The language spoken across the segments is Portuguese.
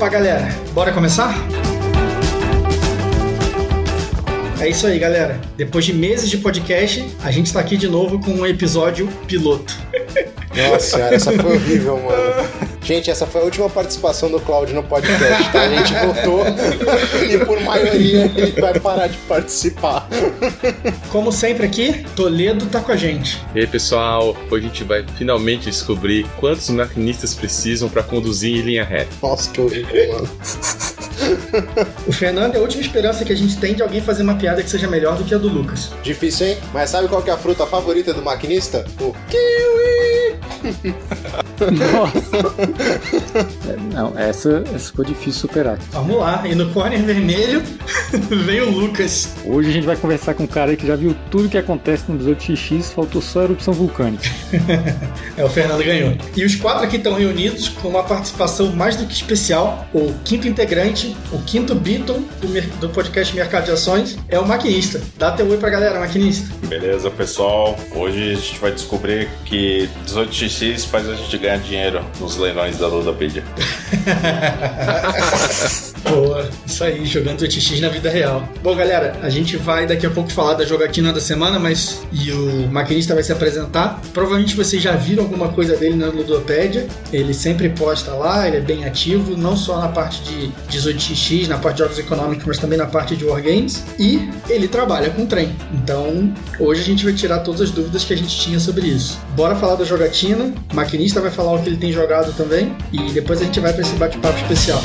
Fala galera, bora começar? É isso aí galera, depois de meses de podcast, a gente tá aqui de novo com um episódio piloto. Nossa senhora, essa foi horrível, mano. Gente, essa foi a última participação do Cláudio no podcast, tá? A gente voltou e por maioria ele vai parar de participar. Como sempre aqui, Toledo tá com a gente. E aí pessoal, hoje a gente vai finalmente descobrir quantos maquinistas precisam pra conduzir em linha reta. Nossa, que horrível, mano. O Fernando é a última esperança que a gente tem de alguém fazer uma piada que seja melhor do que a do Lucas. Difícil, hein? Mas sabe qual que é a fruta favorita do maquinista? O kiwi! Nossa. Não, essa ficou difícil superar. Vamos lá, e no corner vermelho vem o Lucas. Hoje a gente vai conversar com um cara aí que já viu tudo que acontece no 18XX, faltou só a erupção vulcânica. O Fernando ganhou. E os quatro aqui estão reunidos com uma participação mais do que especial. O quinto integrante, o quinto Beatle do podcast Mercado de Ações é o maquinista. Dá teu oi pra galera, maquinista. Beleza, pessoal? Hoje a gente vai descobrir que 18x faz a gente ganhar dinheiro nos leilões da Ludopedia. Boa, isso aí, jogando 18x na vida real. Bom, galera, a gente vai daqui a pouco falar da jogatina da semana, e o maquinista vai se apresentar. Provavelmente vocês já viram alguma coisa dele na Ludopedia. Ele sempre posta lá, ele é bem ativo, não só na parte de 18x, na parte de jogos econômicos, mas também na parte de wargames. E ele trabalha com trem. Então, hoje a gente vai tirar todas as dúvidas que a gente tinha sobre isso. Bora falar da jogatina. O maquinista vai falar o que ele tem jogado também. E depois a gente vai para esse bate-papo especial.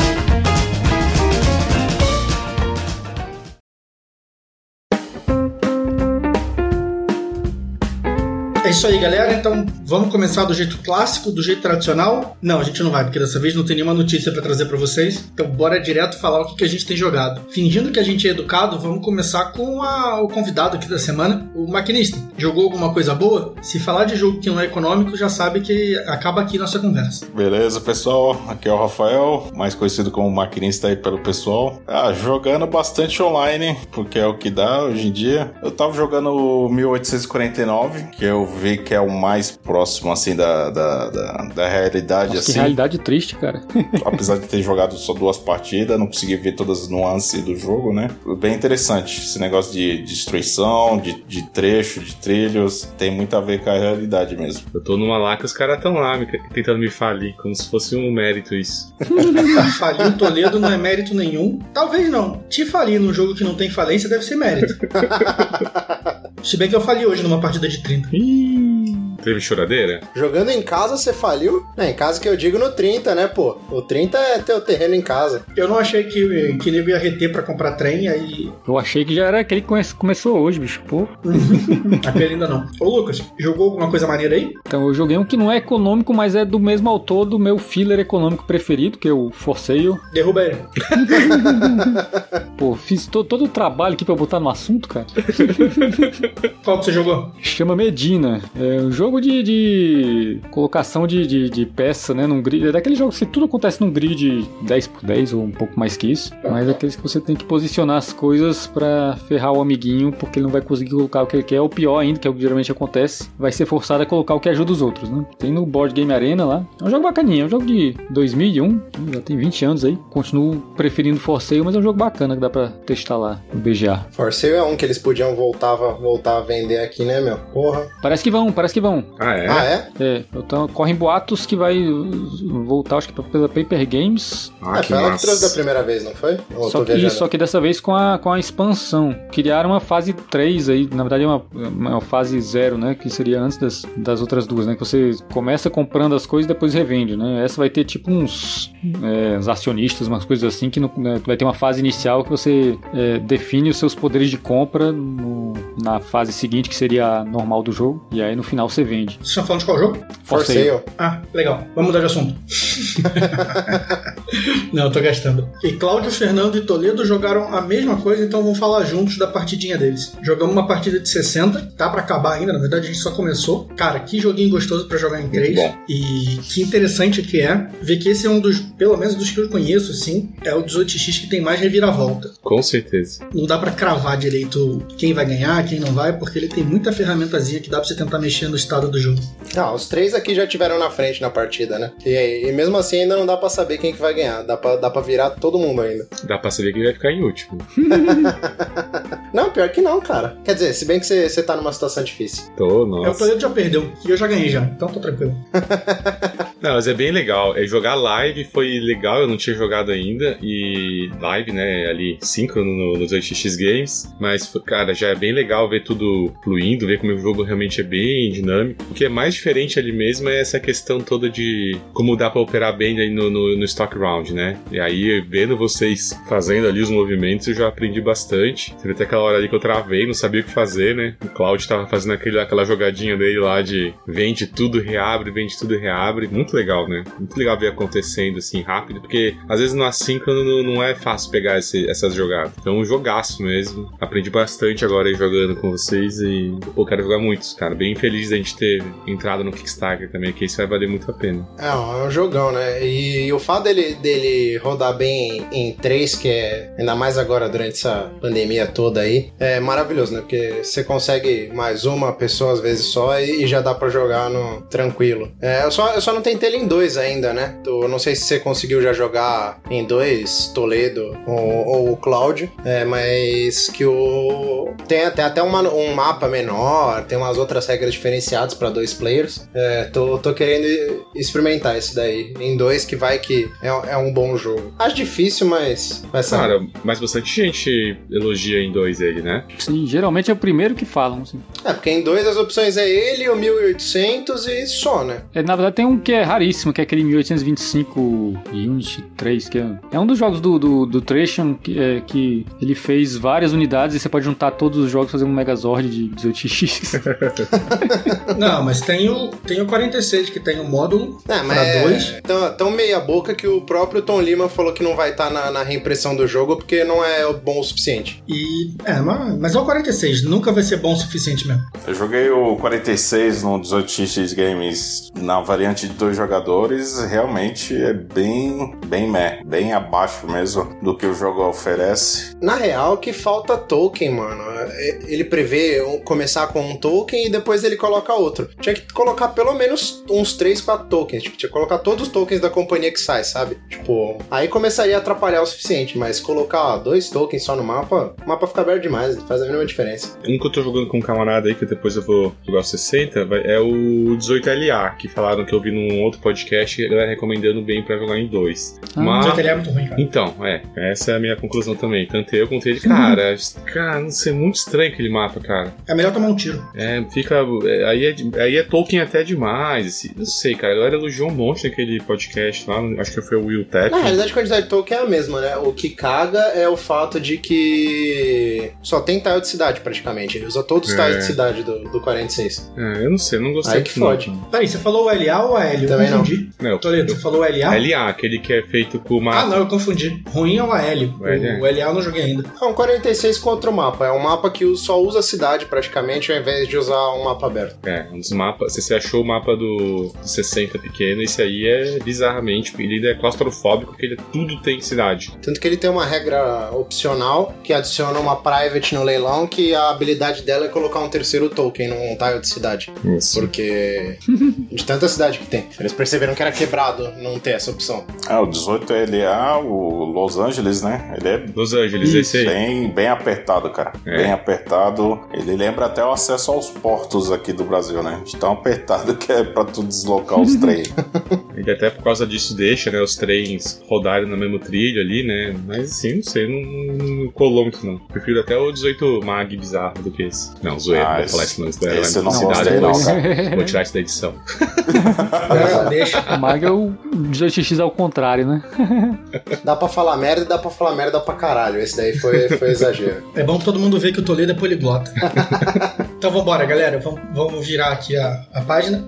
É isso aí, galera. Então, vamos começar do jeito clássico, do jeito tradicional? Não, a gente não vai, porque dessa vez não tem nenhuma notícia pra trazer pra vocês. Então, bora direto falar o que a gente tem jogado. Fingindo que a gente é educado, vamos começar com o convidado aqui da semana, o maquinista. Jogou alguma coisa boa? Se falar de jogo que não é econômico, já sabe que acaba aqui nossa conversa. Beleza, pessoal? Aqui é o Rafael, mais conhecido como maquinista aí pelo pessoal. Jogando bastante online, porque é o que dá hoje em dia. Eu tava jogando o 1849, que eu vi que é o mais próximo, assim, da realidade. Nossa, assim. Que realidade triste, cara. Apesar de ter jogado só 2 partidas, não consegui ver todas as nuances do jogo, né? Bem interessante. Esse negócio de destruição, de trecho, de trilhos, tem muito a ver com a realidade mesmo. Eu tô numa lá que os caras tão lá tentando me falir, como se fosse um mérito isso. Falir o Toledo não é mérito nenhum. Talvez não. Te falir num jogo que não tem falência deve ser mérito. Se bem que eu falei hoje numa partida de 30. Teve choradeira? Jogando em casa, você faliu? É, em casa que eu digo no 30, né, pô? O 30 é teu terreno em casa. Eu não achei que nego ia reter pra comprar trem, aí... Eu achei que já era aquele que começou hoje, bicho, pô. Aquele ainda não. Ô, Lucas, jogou alguma coisa maneira aí? Então, eu joguei um que não é econômico, mas é do mesmo autor do meu filler econômico preferido, que é o For Sale. Derruba ele. Pô, fiz todo o trabalho aqui pra eu botar no assunto, cara. Qual que você jogou? Chama Medina. É um jogo de colocação de peça, né, num grid. É daqueles jogos que tudo acontece num grid 10x10 ou um pouco mais que isso. Mas é aqueles que você tem que posicionar as coisas pra ferrar o amiguinho, porque ele não vai conseguir colocar o que ele quer. O pior ainda, que é o que geralmente acontece, vai ser forçado a colocar o que ajuda os outros, né? Tem no Board Game Arena lá. É um jogo bacaninha, é um jogo de 2001, já tem 20 anos aí. Continuo preferindo For Sale, mas é um jogo bacana que dá pra testar lá no BGA. For Sale é um que eles podiam voltar a vender aqui, né, meu? Porra. Parece que vão. Ah, é? Ah, é? É, então correm boatos que vai voltar, acho que pela Paper Games. Que foi ela que massa. trouxe da primeira vez, não foi? Só que dessa vez com a expansão. Criaram uma fase 3 aí, na verdade é uma fase 0, né? Que seria antes das outras duas, né? Que você começa comprando as coisas e depois revende, né? Essa vai ter tipo uns acionistas, umas coisas assim, que vai ter uma fase inicial que você define os seus poderes de compra na fase seguinte, que seria a normal do jogo, e aí no final você vende. Vocês estão falando de qual jogo? For Sale. Ah, legal. Vamos mudar de assunto. Não, eu tô gastando. E Cláudio, Fernando e Toledo jogaram a mesma coisa, então vamos falar juntos da partidinha deles. Jogamos uma partida de 60, tá pra acabar ainda, na verdade a gente só começou. Cara, que joguinho gostoso pra jogar em 3. Bom. E que interessante que é ver que esse é um dos, pelo menos dos que eu conheço, assim, é o 18x que tem mais reviravolta. Com certeza. Não dá pra cravar direito quem vai ganhar, quem não vai, porque ele tem muita ferramentazinha que dá pra você tentar mexer no estado do jogo. Os 3 aqui já tiveram na frente na partida, né? E mesmo assim ainda não dá pra saber quem que vai ganhar. ganhar. Dá pra virar todo mundo ainda. Dá pra saber que ele vai ficar em último. Não, pior que não, cara. Quer dizer, se bem que você tá numa situação difícil. Nossa. O Toledo já perdeu. E eu já ganhei já. Então tô tranquilo. Não, mas é bem legal. Jogar live foi legal, eu não tinha jogado ainda. E live, né, ali, síncrono nos 8x Games. Mas, cara, já é bem legal ver tudo fluindo, ver como o jogo realmente é bem dinâmico. O que é mais diferente ali mesmo é essa questão toda de como dá pra operar bem aí no Stock Round, né? E aí, vendo vocês fazendo ali os movimentos, eu já aprendi bastante. Teve até aquela hora ali que eu travei, não sabia o que fazer, né? O Cloud tava fazendo aquela jogadinha dele lá de vende tudo, reabre. Muito legal, né? Muito legal ver acontecendo assim rápido, porque às vezes no assíncrono não é fácil pegar essas jogadas. Então, um jogaço mesmo. Aprendi bastante agora aí jogando com vocês e eu quero jogar muitos, cara. Bem feliz da gente ter entrado no Kickstarter também, que isso vai valer muito a pena. É um jogão, né? E o fato dele rodar bem em 3, que é ainda mais agora durante essa pandemia toda aí, é maravilhoso, né? Porque você consegue mais uma pessoa às vezes só e já dá pra jogar tranquilo. Eu só não tentei ele em 2 ainda, né? Eu não sei se você conseguiu já jogar em 2, Toledo ou o Cloud, mas que tem até um mapa menor, tem umas outras regras diferenciadas pra 2 players. Tô querendo experimentar esse daí em 2, que é um bom jogo. Acho difícil, mas vai ser. Cara, mas bastante gente elogia em 2 ele, né? Sim, geralmente é o primeiro que falam, assim. Porque em 2 as opções é ele, o 1800 e só, né? Na verdade tem um que é raríssimo, que é aquele 1825 Unity 3, que é um dos jogos do Tresham, que ele fez várias unidades e você pode juntar todos os jogos e fazer um Megazord de 18x. Não, mas tem o 46, que tem o módulo pra 2. Tão meia boca que o próprio Tom Lima falou que não vai estar na reimpressão do jogo porque não é bom o suficiente. Mas é o 46, nunca vai ser bom o suficiente mesmo. Eu joguei o 46 no 18x Games na variante de 2 jogadores, realmente é bem abaixo mesmo do que o jogo oferece. Na real, que falta token, mano. Ele prevê começar com um token e depois ele coloca outro. Tinha que colocar pelo menos uns 3, 4 tokens. Tipo, tinha que colocar todos os tokens da companhia que sai, sabe? Tipo, aí começaria a atrapalhar o suficiente, mas colocar 2 tokens só no mapa, o mapa fica aberto demais, faz a mínima diferença. Um que eu tô jogando com um camarada aí, que depois eu vou jogar o 60, é o 18LA, que falaram que eu vi num outro podcast e a galera recomendando bem pra jogar em 2. Mas... 18LA é muito ruim, cara. Então, essa é a minha conclusão também. Tanto eu quanto ele, cara, não sei, muito estranho aquele mapa, cara. É melhor tomar um tiro. Aí é Tolkien até demais, assim. Não sei, cara, a galera elogiou um monte naquele podcast lá, acho que foi o Will Tech. Na realidade, a quantidade de Tolkien é a mesma, né? O que caga é o fato de que só tem tile de cidade, praticamente. Ele usa todos os tiles de cidade do 46. Eu não sei, não gostei. Aí que fode. Peraí, você falou o LA ou AL? Eu Também confundi. Não, Toledo, você falou o LA? LA, aquele que é feito com o mapa. Não, eu confundi. Ruim é o AL. O LA eu não joguei ainda. É um 46 com outro mapa. É um mapa que só usa a cidade, praticamente, ao invés de usar um mapa aberto. Um dos mapas... Se você achou o mapa do 60 pequeno, esse aí é bizarramente... Ele ainda é claustrofóbico, porque tudo tem cidade. Tanto que ele tem uma regra opcional, que adiciona uma private no leilão, que a habilidade dela é colocar um terceiro token num tile de cidade. Isso. Porque... de tanta cidade que tem. Eles perceberam que era quebrado não ter essa opção. O 18LA, o Los Angeles, né? Ele é Los Angeles, esse aí. bem apertado, cara. Bem apertado. Ele lembra até o acesso aos portos aqui do Brasil, né? De tão apertado que é pra tu deslocar os trens. Ele até por causa disso deixa, né, os trens rodarem no mesmo trilho ali, né? Mas assim, não sei, não colou muito não. Prefiro até o 18 Mag bizarro do que esse. Não, zoeiro, não vou falar isso não. Esse eu não gostei não, cara. Vou tirar isso da edição. Deixa. O Mag é o 18x ao contrário, né? Dá pra falar merda e dá pra falar merda pra caralho. Esse daí foi exagero. É bom que todo mundo vê que o Toledo é poliglota. Então vambora, galera. Vamos virar aqui a página.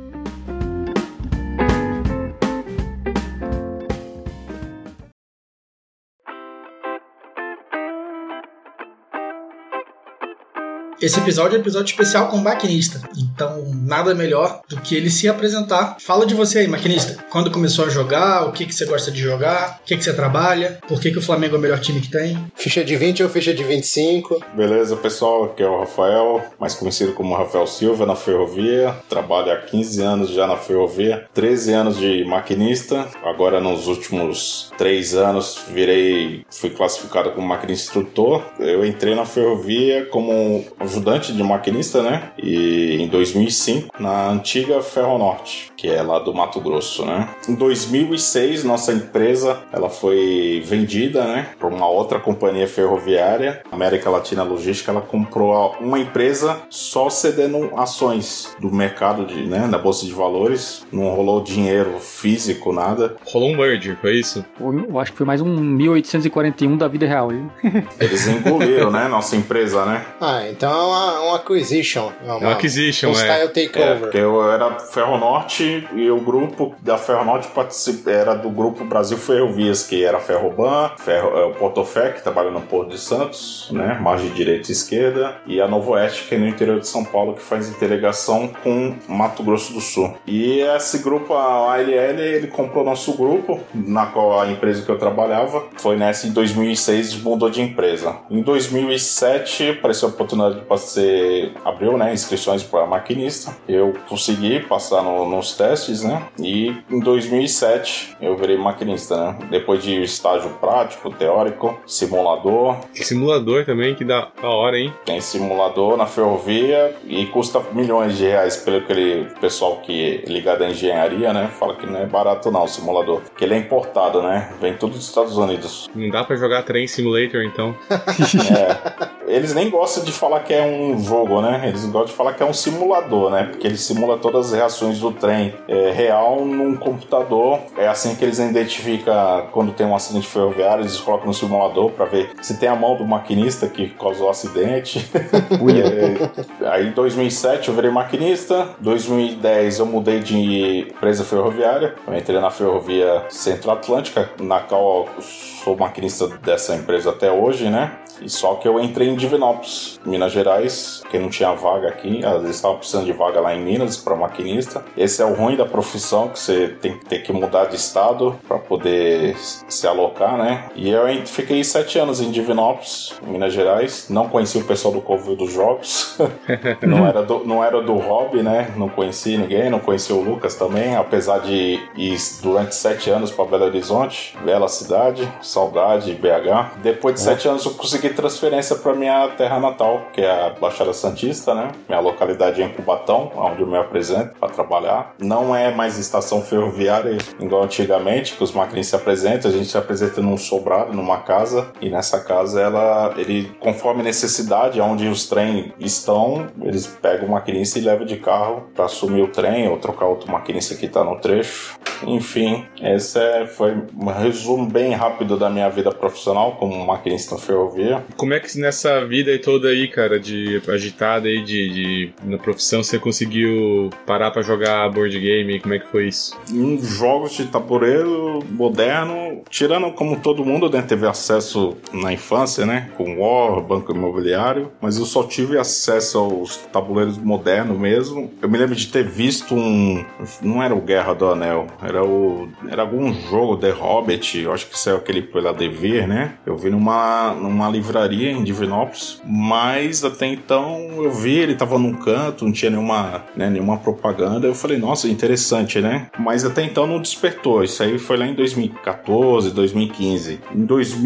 esse episódio é um episódio especial com o Maquinista. Então, nada melhor do que ele se apresentar. Fala de você aí, Maquinista. Quando começou a jogar, o que você gosta de jogar, o que você trabalha, por que o Flamengo é o melhor time que tem? Ficha de 20 ou ficha de 25? Beleza, pessoal, aqui é o Rafael, mais conhecido como Rafael Silva, na Ferrovia. Trabalho há 15 anos já na Ferrovia, 13 anos de maquinista. Agora, nos últimos 3 anos, fui classificado como maquinista instrutor. Eu entrei na Ferrovia como ajudante de maquinista, né? E em 2005, na antiga Ferronorte, que é lá do Mato Grosso, né? Em 2006, nossa empresa, ela foi vendida, né, para uma outra companhia ferroviária, América Latina Logística. Ela comprou uma empresa só cedendo ações do mercado da Bolsa de Valores. Não rolou dinheiro físico, nada. Rolou um merger, foi isso? Eu acho que foi mais um 1841 da vida real. Eles engoliram, né, nossa empresa, né? Então é uma acquisition. Uma acquisition, style takeover. Porque eu era Ferronorte e o grupo da Ferronorte era do grupo Brasil Ferrovias, que era Ferroban, o Portofé, que trabalha no Porto de Santos, né, margem direita e esquerda, e a Novo Oeste, que é no interior de São Paulo, que faz interligação com Mato Grosso do Sul. E esse grupo, a ALL, ele comprou nosso grupo, na qual a empresa que eu trabalhava. Foi nessa, em 2006, mudou de empresa. Em 2007, apareceu a oportunidade de abriu, né, inscrições para maquinista. Eu consegui passar nos testes, né, e em 2007 eu virei maquinista, né, depois de estágio prático, teórico, simulador. Simulador também, que da hora, hein? Tem simulador na Ferrovia e custa milhões de reais, pelo aquele pessoal que é ligado à engenharia, né, fala que não é barato não o simulador, que ele é importado, né, vem tudo dos Estados Unidos. Não dá pra jogar Train Simulator, então. Eles nem gostam de falar que é um jogo, né, eles gostam de falar que é um simulador, né, porque ele simula todas as reações do trem real num computador. É assim que eles identificam quando tem um acidente ferroviário, eles colocam no simulador para ver se tem a mão do maquinista que causou o acidente. Aí em 2007 eu virei maquinista, 2010 eu mudei de empresa ferroviária, eu entrei na Ferrovia Centro-Atlântica, na qual eu sou maquinista dessa empresa até hoje, né? E só que eu entrei em Divinópolis, Minas Gerais, porque não tinha vaga aqui, às vezes estavam precisando de vaga lá em Minas para maquinista. Esse é o ruim da profissão, que você tem que ter que mudar de estado para poder se alocar, né? E eu fiquei 7 anos em Divinópolis, Minas Gerais. Não conheci o pessoal do Covil dos Jogos, não era do hobby, né? Não conheci ninguém, não conheci o Lucas também, apesar de ir durante 7 anos para Belo Horizonte, bela cidade, saudade de BH. Depois de 7 anos eu consegui transferência para minha terra natal, que é a Baixada Santista, né? Minha localidade é em Cubatão, onde eu me apresento para trabalhar. Não é mais estação ferroviária igual antigamente, que os maquinistas se apresentam. A gente se apresenta num sobrado, numa casa, e nessa casa ele conforme necessidade, onde os trens estão, eles pegam o maquinista e levam de carro para assumir o trem ou trocar outro maquinista que está no trecho. Enfim, esse foi um resumo bem rápido da minha vida profissional como maquinista ferrovia. Como é que nessa vida toda aí, cara, de agitada aí na profissão, você conseguiu parar pra jogar board game? Como é que foi isso? Em jogos de tabuleiro moderno, tirando como todo mundo, né, teve acesso na infância, né, com War, Banco Imobiliário, mas eu só tive acesso aos tabuleiros modernos mesmo. Eu me lembro de ter visto não era o Guerra do Anel, era algum jogo, The Hobbit, eu acho que saiu aquele pela Devir, né? Eu vi numa livraria em Divinópolis, mas até então eu vi, ele tava num canto, não tinha nenhuma propaganda. Eu falei, nossa, interessante, né? Mas até então não despertou. Isso aí foi lá em 2014, 2015. Em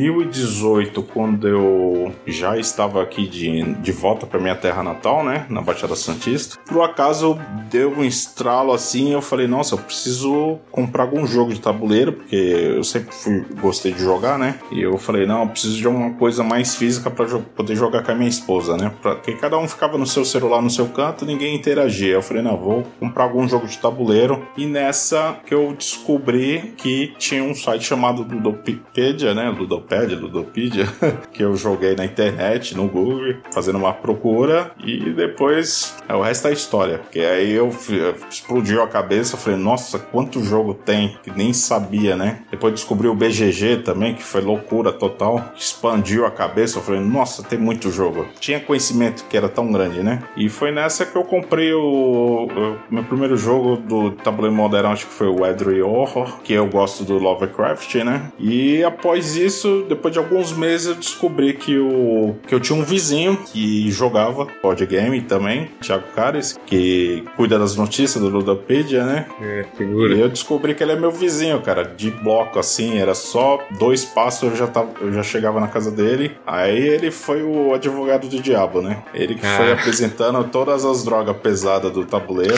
2018, quando eu já estava aqui de volta para minha terra natal, né? Na Baixada Santista, por acaso deu um estralo assim, eu falei, nossa, eu preciso comprar algum jogo de tabuleiro, porque eu sempre gostei de jogar, né? E eu falei, não, eu preciso de uma coisa mais física para poder jogar com a minha esposa, né? Porque cada um ficava no seu celular, no seu canto, ninguém interagia. Eu falei, não, vou comprar algum jogo de tabuleiro. E nessa que eu descobri que tinha um site chamado Ludopedia, né? Ludopedia, que eu joguei na internet, no Google, fazendo uma procura, e depois o resto é história. Porque aí explodiu a cabeça, eu falei, nossa, quanto jogo tem, que nem sabia, né? Depois descobri o BGG também, que foi loucura total, expandiu a cabeça. Eu falei, nossa, tem muito jogo. Tinha conhecimento que era tão grande, né? E foi nessa que eu comprei o meu primeiro jogo do tabuleiro moderno, acho que foi o Edry Horror, que eu gosto do Lovecraft, né? E após isso, depois de alguns meses, eu descobri que eu tinha um vizinho que jogava board game também, Thiago Cares, que cuida das notícias do Ludopedia, né? Figura. E eu descobri que ele é meu vizinho, cara, de bloco, assim, era só 2 passos, eu já chegava na casa dele. Aí ele foi o advogado do diabo, né? Ele que foi apresentando todas as drogas pesadas do tabuleiro.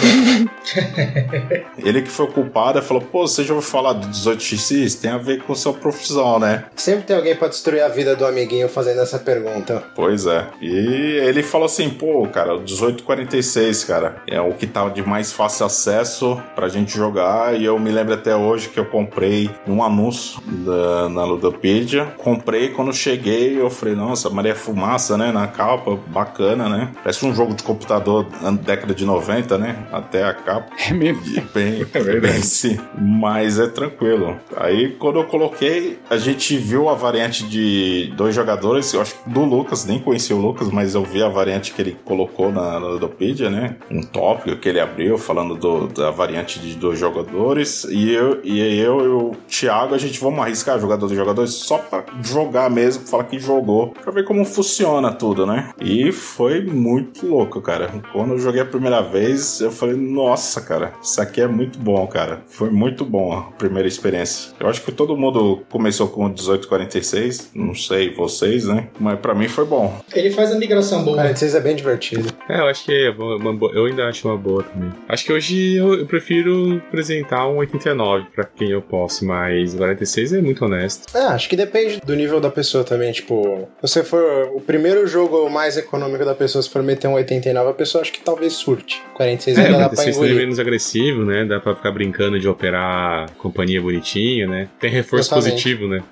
Ele que foi o culpado e falou, pô, você já ouviu falar do 18xx? Tem a ver com sua profissão, né? Sempre tem alguém pra destruir a vida do amiguinho fazendo essa pergunta. Pois é. E ele falou assim, pô, cara, o 1846, cara, é o que tá de mais fácil acesso pra gente jogar. E eu me lembro até hoje que eu comprei um anúncio na Ludopedia. Comprei, quando cheguei, eu falei, nossa, Maria Fumaça, né, na capa, bacana, né? Parece um jogo de computador da década de 90, né? Até a capa. É mesmo? Bem, sim. Mas é tranquilo. Aí, quando eu coloquei, a gente viu a variante de 2 jogadores, eu acho que do Lucas, nem conheci o Lucas, mas eu vi a variante que ele colocou na Ludopedia, né? Um tópico que ele abriu falando da variante de 2 jogadores. E o Thiago, a gente vamos arriscar jogador de jogadores só pra jogar mesmo, falar que jogou, pra ver como funciona tudo, né? E foi muito louco, cara. Quando eu joguei a primeira vez, eu falei, nossa, cara, isso aqui é muito bom, cara. Foi muito bom a primeira experiência. Eu acho que todo mundo começou com o 1846, não sei vocês, né? Mas pra mim foi bom. Ele faz a migração boa. 46 é bem divertido. Eu acho que eu ainda acho uma boa também. Acho que hoje eu prefiro apresentar um 89 pra quem eu posso, mas 46 é muito honesto. Acho que depende do nível da pessoa também, tipo, se você for o primeiro jogo mais econômico da pessoa, se for meter um 89, a pessoa acho que talvez surte. 46 ainda dá pra 46 engolir. é menos agressivo, né? Dá pra ficar brincando de operar companhia bonitinha, né? Tem reforço positivo, né?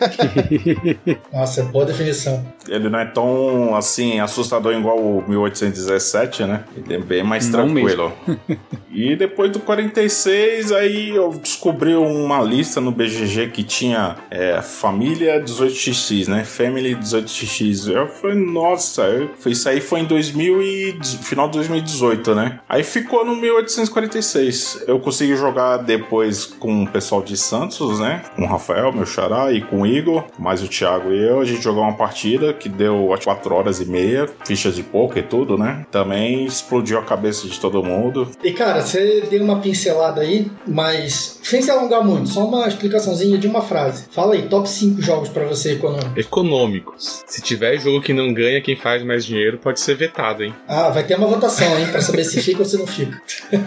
Nossa, boa definição. Ele não é tão, assim, assustador igual o 1817, né? Ele é bem mais tranquilo. E depois do 46, aí eu descobri uma lista no BGG que tinha família 18xx, né? Family 18xx. Eu falei, nossa, isso aí foi em final de 2018, né? Aí ficou no 1846. Eu consegui jogar depois com o pessoal de Santos, né? Com o Rafael, meu xará, e com o Igor, mais o Thiago e eu. A gente jogou uma partida que deu 4 horas e meia, fichas de poker e tudo, né? Também explodiu a cabeça de todo mundo. E cara, você deu uma pincelada aí, mas sem se alongar muito, só uma explicaçãozinha de uma frase. Fala aí, top 5 jogos pra você econômicos. Se tiver jogo que não ganha, quem faz mais dinheiro pode ser vetado, hein? Ah, vai ter uma votação, hein? Pra saber se fica ou se não fica.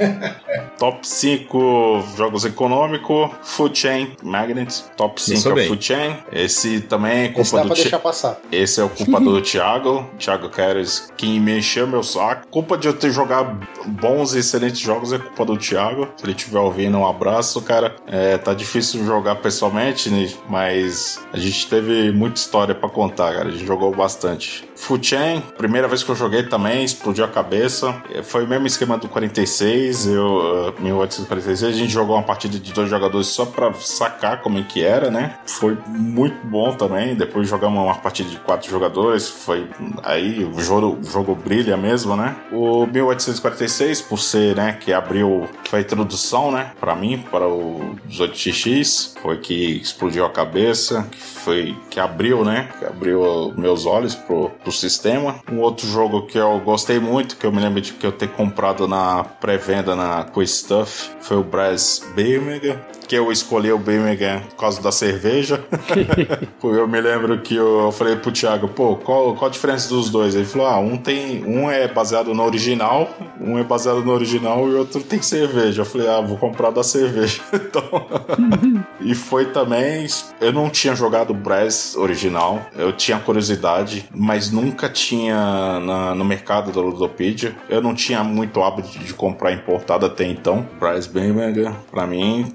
Top 5 jogos econômicos, Food Chain Magnet. Top 5 é Food Chain. Esse também é culpa do deixar passar. Esse é o culpa do Thiago Keres, que me encheu meu saco. Culpa de eu ter jogado bons e excelentes jogos é culpa do Thiago. Se ele estiver ouvindo, um abraço, cara. Tá difícil jogar pessoalmente, né? Mas a gente teve muita história pra contar, cara. A gente jogou bastante. Food Chain, primeira vez que eu joguei também, explodiu a cabeça. Foi o mesmo esquema do 46, 1846. A gente jogou uma partida de 2 jogadores só pra sacar como é que era, né? Foi muito bom também. Depois jogamos uma partida de 4 jogadores. Foi aí o jogo brilha mesmo, né? O 1846, por ser, né, que abriu, foi a introdução, né, pra mim, para o 18xx. Foi que explodiu a cabeça, que abriu, né? Que abriu meus olhos pro sistema. Um outro jogo que eu gostei muito, que eu me lembro de que eu ter comprado na pré-venda na Quiz Stuff, foi o Brass Birmingham, que eu escolhi o Birmingham por causa da cerveja. Eu me lembro que eu falei pro Thiago, pô, qual a diferença dos dois? Ele falou, um é baseado no original, e o outro tem cerveja. Eu falei, vou comprar da cerveja. Então... E foi também, eu não tinha jogado o Brass original, eu tinha curiosidade, mas nunca tinha no mercado da Ludopedia. Eu não tinha muito hábito de comprar importado até então. Brass Birmingham, pra mim, excelente.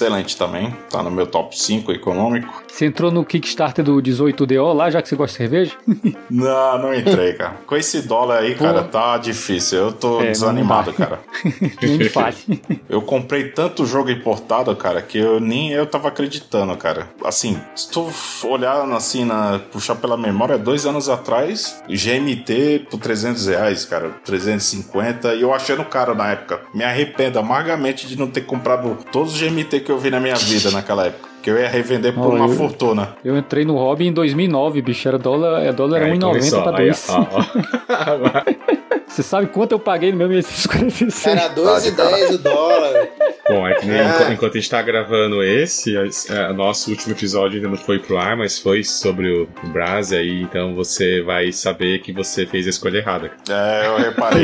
excelente também. Tá no meu top 5 econômico. Você entrou no Kickstarter do 18DO lá, já que você gosta de cerveja? Não entrei, cara. Com esse dólar aí, cara, tá difícil. Eu tô desanimado, cara. Nem me fale. Eu comprei tanto jogo importado, cara, que eu tava acreditando, cara. Assim, se tu olhar assim, puxar pela memória, 2 anos atrás, GMT por R$300, cara, 350, e eu achando caro na época. Me arrependo amargamente de não ter comprado todos os GMT que eu vi na minha vida naquela época. Que eu ia revender por uma fortuna. Eu entrei no hobby em 2009, bicho. Era dólar era 1,90 pra 2. Você sabe quanto eu paguei no meu mês? Era 2,10 o dólar. Bom, é que enquanto a gente tá gravando esse, nosso último episódio ainda não foi pro ar, mas foi sobre o Brase aí, então você vai saber que você fez a escolha errada. Eu reparei.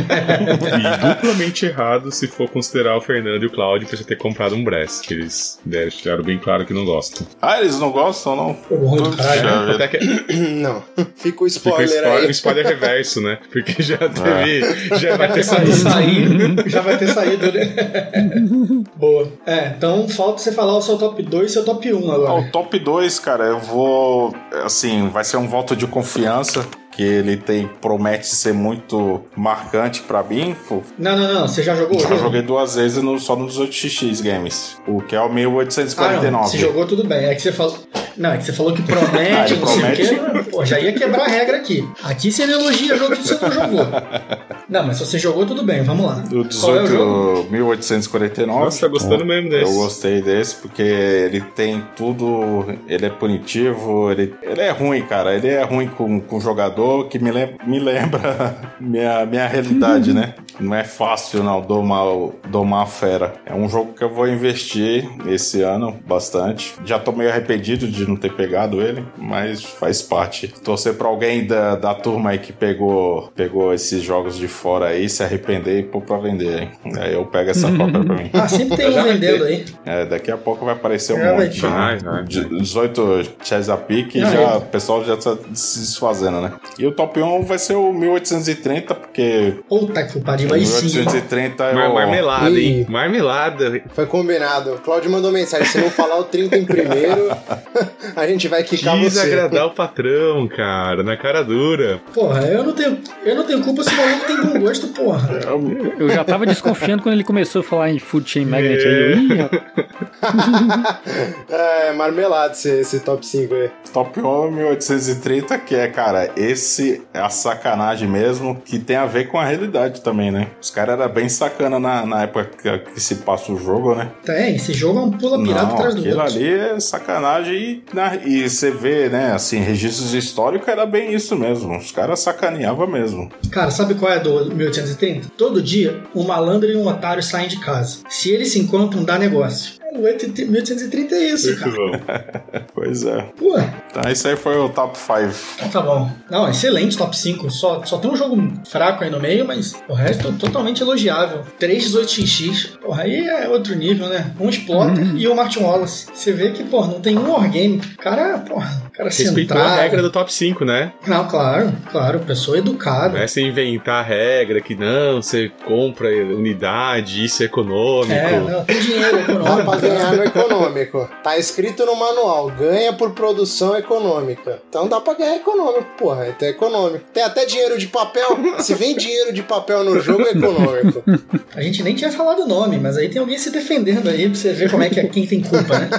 E duplamente errado se for considerar o Fernando e o Cláudio por você ter comprado um Brase, que eles deixaram bem claro que não gostam. Eles não gostam, não? Até que... Não. Fica o spoiler aí. Um spoiler reverso, né? Porque já teve... Já vai ter saído. Já vai ter saído, né? Boa. Então falta você falar o seu top 2 e seu top 1 agora. O top 2, cara, eu vou... Assim, vai ser um voto de confiança. Que ele promete ser muito marcante pra mim. Não. Você já jogou? Já joguei 2 vezes só no 18x Games. O que é o 1849. Você jogou tudo bem. É que você falou... Não, é que você falou que promete, não sei o quê. Pô, já ia quebrar a regra aqui. Aqui você não elogia jogo que você não jogou. Não, mas se você jogou, tudo bem. Vamos lá. O 1849. Nossa, tá gostando mesmo desse. Eu gostei desse porque ele tem tudo... Ele é punitivo, ele é ruim, cara. Ele é ruim com o jogador, que me lembra minha realidade, né? Não é fácil, não, domar a fera. É um jogo que eu vou investir esse ano bastante. Já tô meio arrependido de não ter pegado ele, mas faz parte. Torcer pra alguém da turma aí que pegou esses jogos de fora aí, se arrepender e pôr pra vender, hein? Aí eu pego essa cópia pra mim. Sempre tem um vendendo aí. Daqui a pouco vai aparecer um monte. 18 Chesapeake e o pessoal já tá se desfazendo, né? E o top 1 vai ser o 1830, porque... Puta que pariu, aí sim. 1830 é Marmelada, hein? Marmelada. Foi combinado. O Cláudio mandou mensagem, se não falar o 30 em primeiro, a gente vai quicar você. Quis agradar o patrão, cara, na cara dura. Porra, eu não tenho culpa se o maluco tem bom gosto, porra. Eu já tava desconfiando quando ele começou a falar em Food Chain Magnet aí. Marmelado esse top 5 aí. Top 1 1830, que é, cara, esse é a sacanagem mesmo, que tem a ver com a realidade também, né? Os caras eram bem sacana na época que se passa o jogo, né? Tem, esse jogo é um pula pirata atrás do outro. Aquilo ali é sacanagem e você vê, né, assim, registros históricos era bem isso mesmo. Os caras sacaneavam mesmo. Cara, sabe qual é do 1830? Todo dia, um malandro e um otário saem de casa. Se eles se encontram, dá negócio. 1830 é isso, cara. Pois é. Pô. Então esse aí foi o top 5. Tá bom. Não, excelente top 5. Só tem um jogo fraco aí no meio, mas o resto é totalmente elogiável. 3 18x. Porra, aí é outro nível, né? Um Exploiter e o Martin Wallace. Você vê que, porra, não tem um wargame. Cara respeitou centrado. a regra do top 5, né? Não, claro. Pessoa educada. Não é você inventar a regra que não, você compra unidade, isso é econômico. Não, tem dinheiro econômico. Dá pra ganhar no econômico. Tá escrito no manual, ganha por produção econômica. Então dá pra ganhar econômico, porra. Então é econômico. Tem até dinheiro de papel. Se vem dinheiro de papel no jogo, é econômico. A gente nem tinha falado o nome, mas aí tem alguém se defendendo aí pra você ver como é que quem tem culpa, né?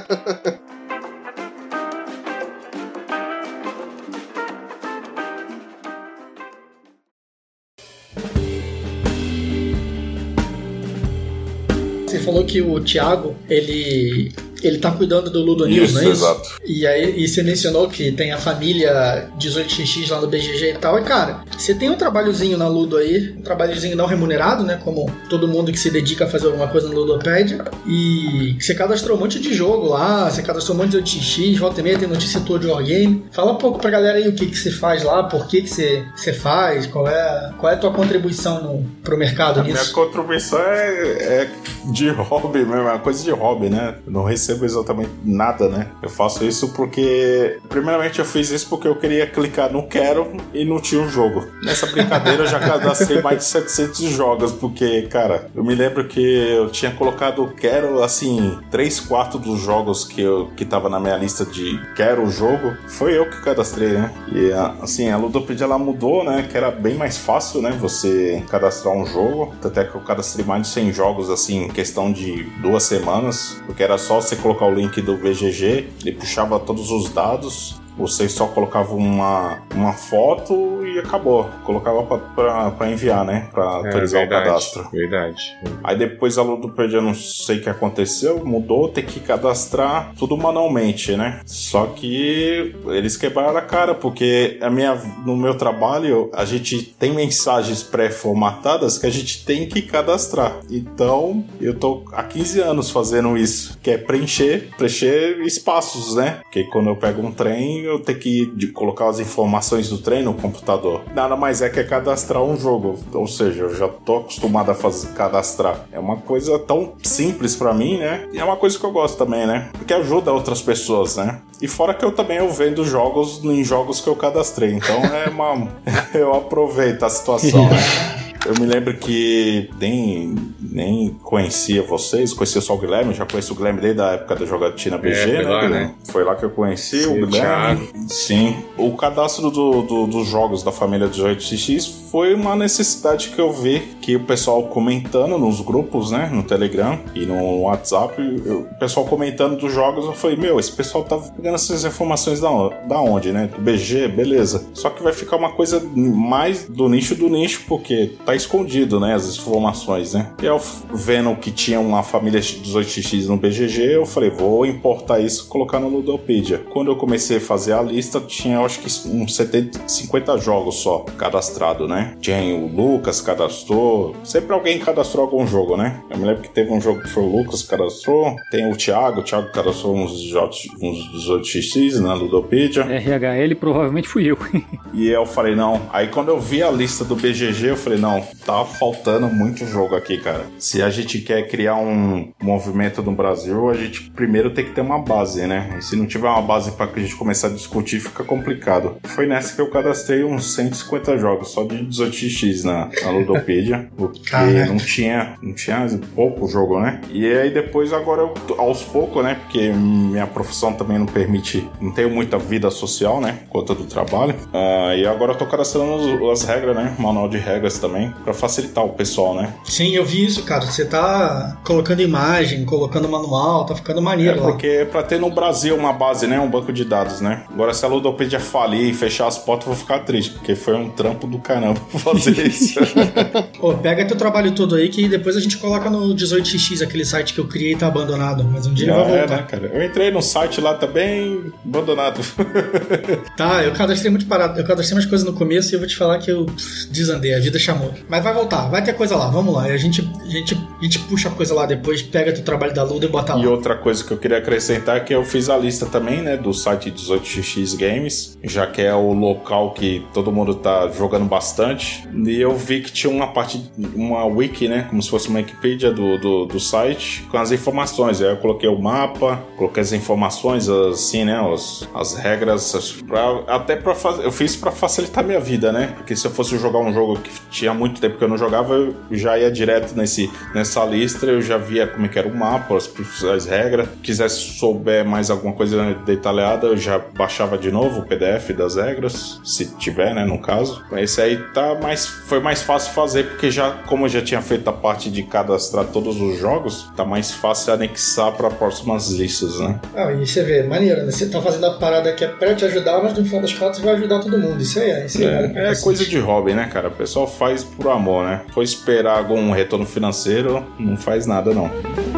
Você falou que o Thiago, ele tá cuidando do Ludo News, não é isso? Exato. E você mencionou que tem a família 18xx lá no BGG e tal. E, cara, você tem um trabalhozinho na Ludo aí, um trabalhozinho não remunerado, né? Como todo mundo que se dedica a fazer alguma coisa no Ludopédia. E você cadastrou um monte de jogo lá, você cadastrou um monte de 18x, volta e meia tem notícia tua de Wargame. Fala um pouco pra galera aí o que você faz lá, por que você faz, qual é a tua contribuição pro mercado nisso? Minha contribuição é de hobby mesmo, é uma coisa de hobby, né? Não recebo exatamente nada, né? Eu faço isso porque, primeiramente, eu fiz isso porque eu queria clicar no quero e não tinha o jogo. Nessa brincadeira eu já cadastrei mais de 700 jogos, porque, cara, eu me lembro que eu tinha colocado quero, assim, 3/4 dos jogos que tava na minha lista de quero o jogo, foi eu que cadastrei, né? E, assim, a Ludopedia, ela mudou, né? Que era bem mais fácil, né? Você cadastrar um jogo, até que eu cadastrei mais de 100 jogos, assim, em questão de 2 semanas, porque era só você colocar o link do BGG, ele puxava todos os dados, você só colocava uma foto e acabou. Colocava pra enviar, né? Pra autorizar o cadastro. Verdade. Aí depois a Ludopedia, não sei o que aconteceu, mudou, tem que cadastrar tudo manualmente, né? Só que eles quebraram a cara, porque no meu trabalho a gente tem mensagens pré-formatadas que a gente tem que cadastrar. Então eu tô há 15 anos fazendo isso, que é preencher espaços, né? Porque quando eu pego um trem, eu tenho que colocar as informações do trem no computador. Nada mais é que cadastrar um jogo. Ou seja, eu já tô acostumado a cadastrar. É uma coisa tão simples pra mim, né? E é uma coisa que eu gosto também, né? Porque ajuda outras pessoas, né? E fora que eu também vendo jogos em jogos que eu cadastrei. Então eu aproveito a situação, né? Eu me lembro que nem conhecia vocês, conhecia só o Guilherme, já conheço o Guilherme desde a época da jogatina BG, né? Foi lá que eu conheci o Guilherme. Sim. O cadastro dos jogos da família 18xx foi uma necessidade que eu vi, que o pessoal comentando nos grupos, né? No Telegram e no WhatsApp, o pessoal comentando dos jogos, eu falei, esse pessoal tá pegando essas informações da onde, né? Do BG, beleza. Só que vai ficar uma coisa mais do nicho, porque tá escondido, né, as informações, né? E eu vendo que tinha uma família 18xx no BGG, eu falei, vou importar isso e colocar no Ludopedia. Quando eu comecei a fazer a lista, tinha, acho que uns 50 jogos só cadastrado, né? Tinha o Lucas cadastrou, sempre alguém cadastrou algum jogo, né? Eu me lembro que teve um jogo que foi o Lucas cadastrou, tem o Thiago cadastrou uns 18xx na Ludopedia. RHL provavelmente fui eu. E eu falei, não. Aí quando eu vi a lista do BGG, eu falei, não, tá faltando muito jogo aqui, cara. Se a gente quer criar um movimento no Brasil, a gente primeiro tem que ter uma base, né? E se não tiver uma base pra que a gente começar a discutir, fica complicado. Foi nessa que eu cadastrei uns 150 jogos, só de 18x na Ludopedia, porque não tinha pouco jogo, né? E aí depois, agora, aos poucos, né? Porque minha profissão também não permite, não tenho muita vida social, né? Por conta do trabalho. E agora eu tô cadastrando as regras, né? Manual de regras também, pra facilitar o pessoal, né? Sim, eu vi isso, cara. Você tá colocando imagem, colocando manual, tá ficando maneiro lá. Porque é pra ter no Brasil uma base, né? Um banco de dados, né? Agora, se a Ludopedia falir e fechar as portas, eu vou ficar triste, porque foi um trampo do caramba fazer isso. Pô, pega teu trabalho todo aí, que depois a gente coloca no 18xx, aquele site que eu criei e tá abandonado, mas um dia ele vai voltar. Né, cara? Eu entrei no site lá também, abandonado. Tá, eu cadastrei muito parado. Eu cadastrei umas coisas no começo e eu vou te falar que eu desandei, a vida chamou. Mas vai voltar, vai ter coisa lá, vamos lá. A gente puxa a coisa lá depois, pega teu trabalho da Luda e bota lá. E outra coisa que eu queria acrescentar é que eu fiz a lista também, né, do site 18xx Games, já que é o local que todo mundo tá jogando bastante. E eu vi que tinha uma wiki, né, como se fosse uma Wikipedia do site, com as informações. Aí eu coloquei o mapa, coloquei as informações, assim, né, as regras, eu fiz pra facilitar minha vida, né, porque se eu fosse jogar um jogo que tinha muito tempo que eu não jogava, eu já ia direto nessa lista, eu já via como é que era o mapa, as regras. Quisesse souber mais alguma coisa detalhada, eu já baixava de novo o PDF das regras, se tiver, né, no caso. Esse aí foi mais fácil fazer, porque como eu já tinha feito a parte de cadastrar todos os jogos, tá mais fácil anexar para próximas listas, né? E você vê, maneiro, né? Você tá fazendo a parada que é pra te ajudar, mas no final das contas vai ajudar todo mundo. Isso aí é coisa de hobby, né, cara? O pessoal faz por amor, né? For esperar algum retorno financeiro, não faz nada, não.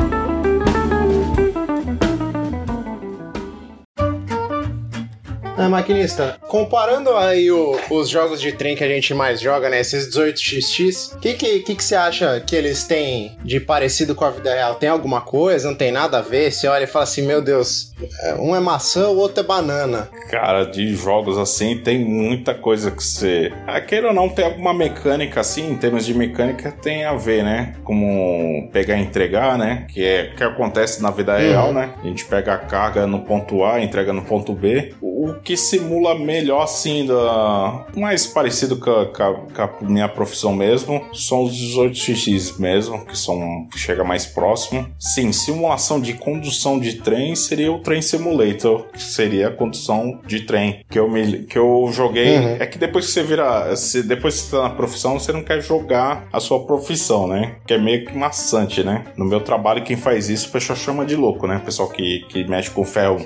Maquinista, comparando aí os jogos de trem que a gente mais joga, né, esses 18xx, o que você acha que eles têm de parecido com a vida real? Tem alguma coisa? Não tem nada a ver? Você olha e fala assim, meu Deus, Um é maçã, o outro é banana. Cara, de jogos assim, tem muita coisa que você... Queira ou não, tem alguma mecânica assim, em termos de mecânica, tem a ver, né? Como pegar e entregar, né? Que acontece na vida real, né? A gente pega a carga no ponto A, entrega no ponto B. O que simula melhor, assim, mais parecido com a minha profissão mesmo, são os 18x mesmo, que chega mais próximo. Sim, simulação de condução de trem seria o Train Simulator, que seria a condução de trem, que eu joguei. É que depois que depois que você tá na profissão, você não quer jogar a sua profissão, né? Que é meio que maçante, né? No meu trabalho, quem faz isso, o pessoal chama de louco, né? O pessoal que mexe com ferro,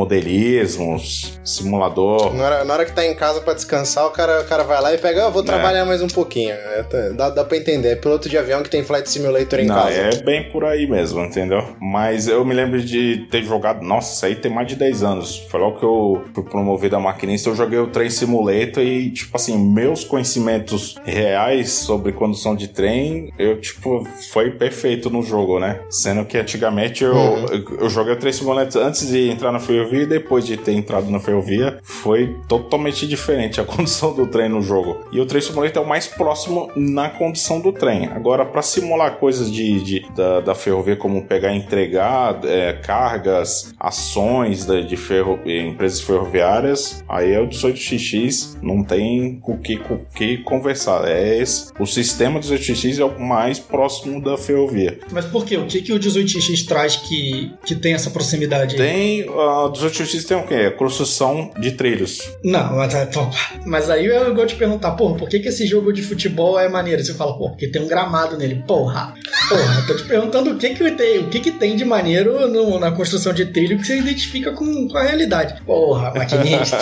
modelismos, simulador. Na hora que tá em casa pra descansar, o cara vai lá e pega, vou trabalhar mais um pouquinho. Dá pra entender. É piloto de avião que tem Flight Simulator em casa. É bem por aí mesmo, entendeu? Mas eu me lembro de ter jogado... Nossa, isso aí tem mais de 10 anos. Foi logo que eu fui promovido a maquinista, eu joguei o Train Simulator e, tipo assim, meus conhecimentos reais sobre condução de trem, foi perfeito no jogo, né? Sendo que antigamente eu joguei o Train Simulator antes de entrar na ferrovia e depois de ter entrado na ferrovia, foi totalmente diferente a condução do trem no jogo. E o Train Simulator é o mais próximo na condução do trem. Agora, para simular coisas da ferrovia, como pegar e entregar cargas, ações de empresas ferroviárias, aí é o 18x, não tem o que conversar. O sistema 18x é o mais próximo da ferrovia. Mas por quê? O que o 18x traz que tem essa proximidade aí? O 18x tem o quê? A construção de trilhos. Não, mas aí eu vou te perguntar, por que esse jogo de futebol é maneiro? Você fala, porque tem um gramado nele. Porra, tô te perguntando o que tem de maneiro na construção de trilho que você identifica com a realidade. Porra, maquinista.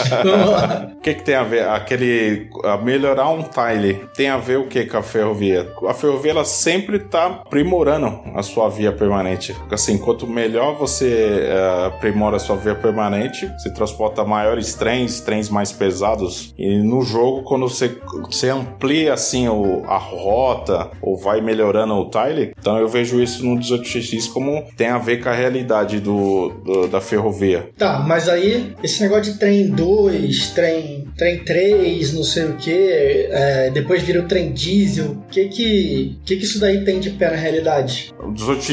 O que tem a ver? Melhorar um tile tem a ver o que com a ferrovia? A ferrovia, ela sempre tá aprimorando a sua via permanente. Assim, quanto melhor você aprimora a sua via permanente, você transporta maiores trens mais pesados. E no jogo, quando você amplia assim a rota ou vai melhorando o tile, então eu vejo isso no 18x como tem a ver com a realidade da ferrovia. Tá, mas aí esse negócio de trem 2, trem 3, não sei o que, depois vira o trem diesel, o que isso daí tem de pé na realidade? O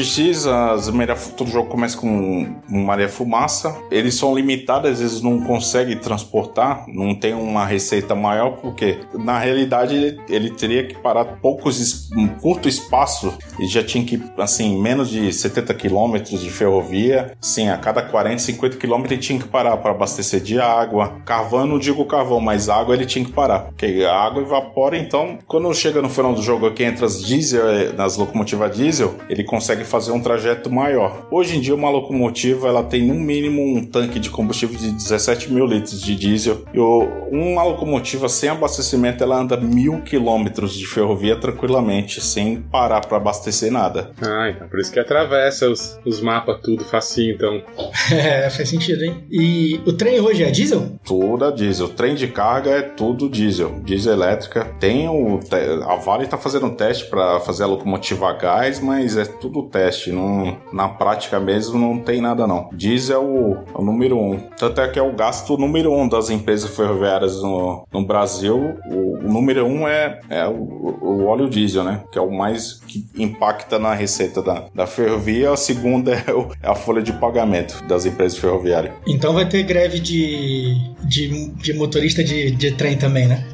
18x, todo jogo começa com maré fumaça, eles são limitados, às vezes não consegue transportar, não tem uma receita maior, porque na realidade ele teria que parar um curto espaço, e já tinha que, assim, menos de 70 km de ferrovia, assim, a cada 40, 50 km ele tinha que parar para abastecer de água. Carvão, não digo carvão, mas água ele tinha que parar, porque a água evapora, então quando chega no final do jogo aqui entra as diesel, nas locomotivas diesel, ele consegue fazer um trajeto maior. Hoje em dia uma locomotiva ela tem no mínimo um tanque de combustível de 17 mil litros de diesel, e uma locomotiva sem abastecimento ela anda 1000 km de ferrovia tranquilamente, sem parar para abastecer nada. Então por isso que atravessa os mapas tudo facinho, então. Faz sentido, hein? E o trem hoje é diesel? Tudo é diesel. Trem de carga é tudo diesel. Diesel elétrica. Tem a Vale tá fazendo um teste para fazer a locomotiva a gás, mas é tudo teste. Na prática mesmo não tem nada não. Diesel é o número 1. Tanto é que é o gasto número 1 das empresas ferroviárias no Brasil. O número 1 é o óleo diesel, né? Que é o mais que impacta na receita da ferrovia. A segunda é a folha de pagamento das empresas ferroviárias. Então vai ter greve de motorista de trem também, né?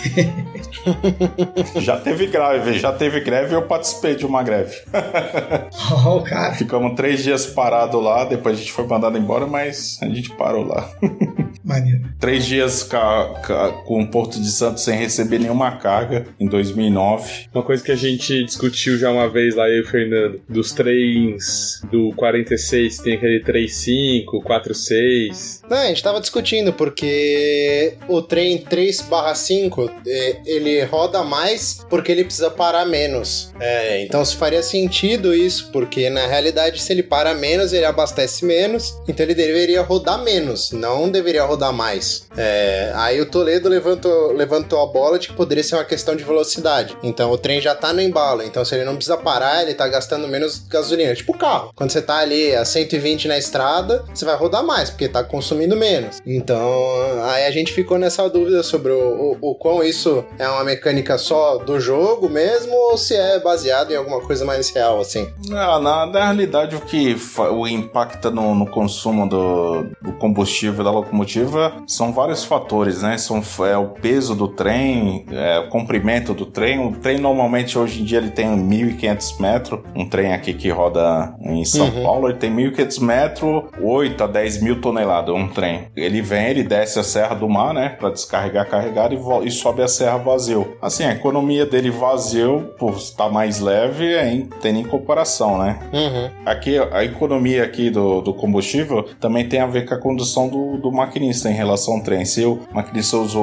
Já teve greve e eu participei de uma greve. Cara. Ficamos 3 dias parados lá, depois a gente foi mandado embora, mas a gente parou lá. Maneiro. 3 dias com o Porto de Santos sem receber nenhuma carga em 2009. Uma coisa que a gente discutiu já uma vez lá, eu e o Fernando, dos trens do 46, tem aquele 35, 46. Não, a gente tava discutindo, porque o trem 3/5, ele roda mais porque ele precisa parar menos. Então se faria sentido isso, porque na realidade se ele para menos, ele abastece menos, então ele deveria rodar menos, não deveria rodar rodar mais. Aí o Toledo levantou a bola de que poderia ser uma questão de velocidade. Então o trem já tá no embalo, então se ele não precisa parar, ele tá gastando menos gasolina. Tipo o carro. Quando você tá ali a 120 na estrada, você vai rodar mais, porque tá consumindo menos. Então, aí a gente ficou nessa dúvida sobre o quão isso é uma mecânica só do jogo mesmo, ou se é baseado em alguma coisa mais real, assim. Na realidade, o impacta no consumo do combustível da locomotiva são vários fatores, né? O peso do trem, o comprimento do trem. O trem, normalmente, hoje em dia, ele tem 1.500 metros. Um trem aqui que roda em São Paulo, ele tem 1.500 metros, 8 a 10 mil toneladas, um trem. Ele desce a Serra do Mar, né? Pra descarregar, carregar e sobe a serra vazio. Assim, a economia dele vazio, por estar mais leve, tem nem comparação, né? Aqui, a economia aqui do combustível também tem a ver com a condução do maquinista em relação ao trem. Se o maquinista usa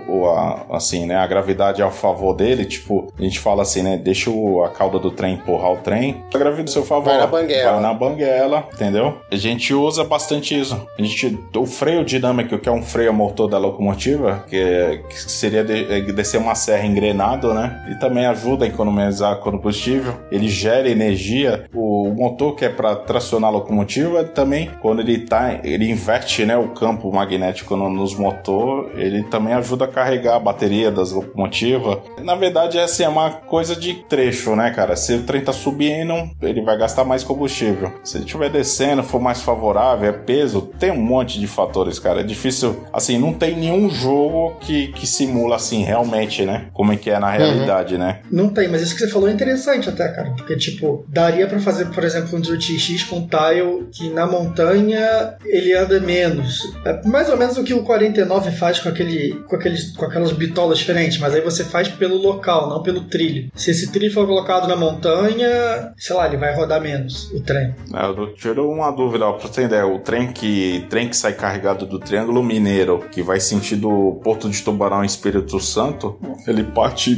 assim, né, a gravidade ao favor dele, tipo, a gente fala assim, né? Deixa a cauda do trem empurrar o trem, a gravidade ao seu favor. Vai na banguela, entendeu? A gente usa bastante isso. O freio dinâmico, que é um freio a motor da locomotiva, que seria descer uma serra engrenado, né? Ele também ajuda a economizar combustível. Ele gera energia. O motor, que é para tracionar a locomotiva, também, quando ele inverte, né, o campo magnético nos motores, ele também ajuda a carregar a bateria das locomotivas. Na verdade, essa é uma coisa de trecho, né, cara? Se o trem tá subindo, ele vai gastar mais combustível. Se ele estiver descendo, for mais favorável, é peso, tem um monte de fatores, cara. É difícil, assim, não tem nenhum jogo que simula, assim, realmente, né? Como é que é na realidade, né? Não tem, mas isso que você falou é interessante até, cara. Porque, tipo, daria pra fazer, por exemplo, um 18X com tile que na montanha ele anda menos. É mais ou menos o que o 49 faz com aquelas bitolas diferentes, mas aí você faz pelo local, não pelo trilho. Se esse trilho for colocado na montanha, sei lá, ele vai rodar menos, o trem. Eu tiro uma dúvida, pra você entender, o trem que sai carregado do Triângulo Mineiro, que vai sentido Porto de Tubarão em Espírito Santo, ele parte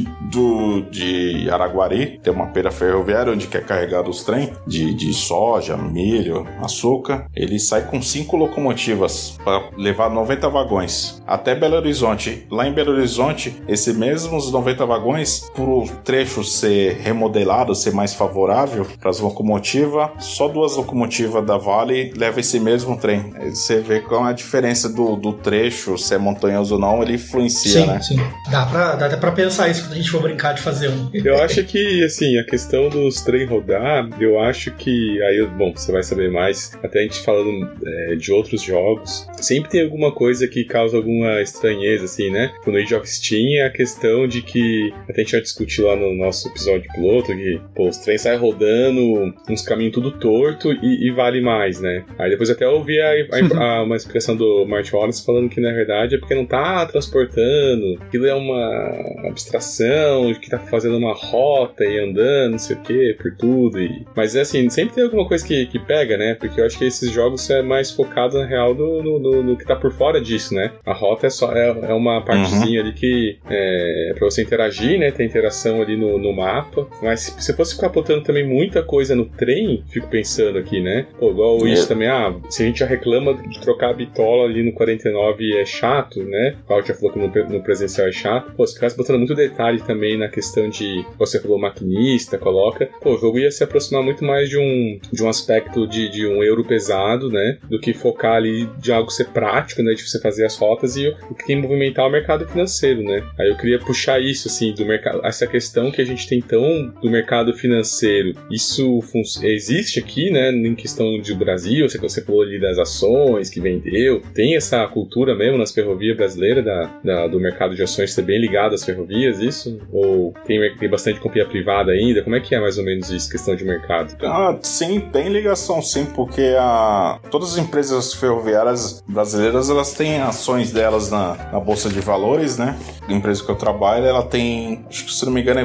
de Araguari, tem uma feira ferroviária onde é carregado os trens de soja, milho, açúcar. Ele sai com 5 locomotivas para levar 90 vagões até Belo Horizonte. Lá em Belo Horizonte, esses mesmos 90 vagões, pro trecho ser remodelado, ser mais favorável para as locomotivas, só 2 locomotivas da Vale levam esse mesmo trem. Você vê qual é a diferença do trecho, se é montanhoso ou não, ele influencia, né? Sim. Dá até pra pensar isso quando a gente for brincar de fazer um. Eu acho que, assim, a questão dos trem rodar, eu acho que, bom, você vai saber mais, até a gente falando de outros jogos, sempre tem alguma coisa que causa alguma estranheza, assim, né? No Age of Steam, a questão de que, até a gente já discutiu lá no nosso episódio piloto, que, pô, os trens saem rodando uns caminhos tudo torto e vale mais, né? Aí depois até eu ouvi uma explicação do Martin Wallace falando que, na verdade, é porque não tá transportando, aquilo é uma abstração, que tá fazendo uma rota e andando, não sei o que, por tudo. Mas, assim, sempre tem alguma coisa que pega, né? Porque eu acho que esses jogos é mais focado, na real, no que tá por fora disso, né? A rota é uma partezinha ali que é pra você interagir, né? Tem interação ali no mapa. Mas se você fosse ficar botando também muita coisa no trem, fico pensando aqui, né? Pô, igual isso também, se a gente já reclama de trocar a bitola ali no 49 é chato, né? O Claudio já falou que no presencial é chato. Pô, se ficasse botando muito detalhe também na questão de, você falou maquinista, coloca, pô, o jogo ia se aproximar muito mais de um aspecto de um euro pesado, né? Do que focar ali de algo ser prático, né? De você fazer as rotas e o que tem que movimentar o mercado financeiro, né? Aí eu queria puxar isso, assim, do mercado, essa questão que a gente tem tão do mercado financeiro. Isso existe aqui, né? Em questão de Brasil, você falou ali das ações que vendeu, tem essa cultura mesmo nas ferrovias brasileiras do mercado de ações ser bem ligado às ferrovias, isso? Ou tem bastante companhia privada ainda? Como é que é mais ou menos isso, questão de mercado? Sim, tem ligação sim, porque todas as empresas ferroviárias brasileiras, elas têm ações delas na Bolsa de Valores, né? A empresa que eu trabalho, ela tem, acho que se não me engano,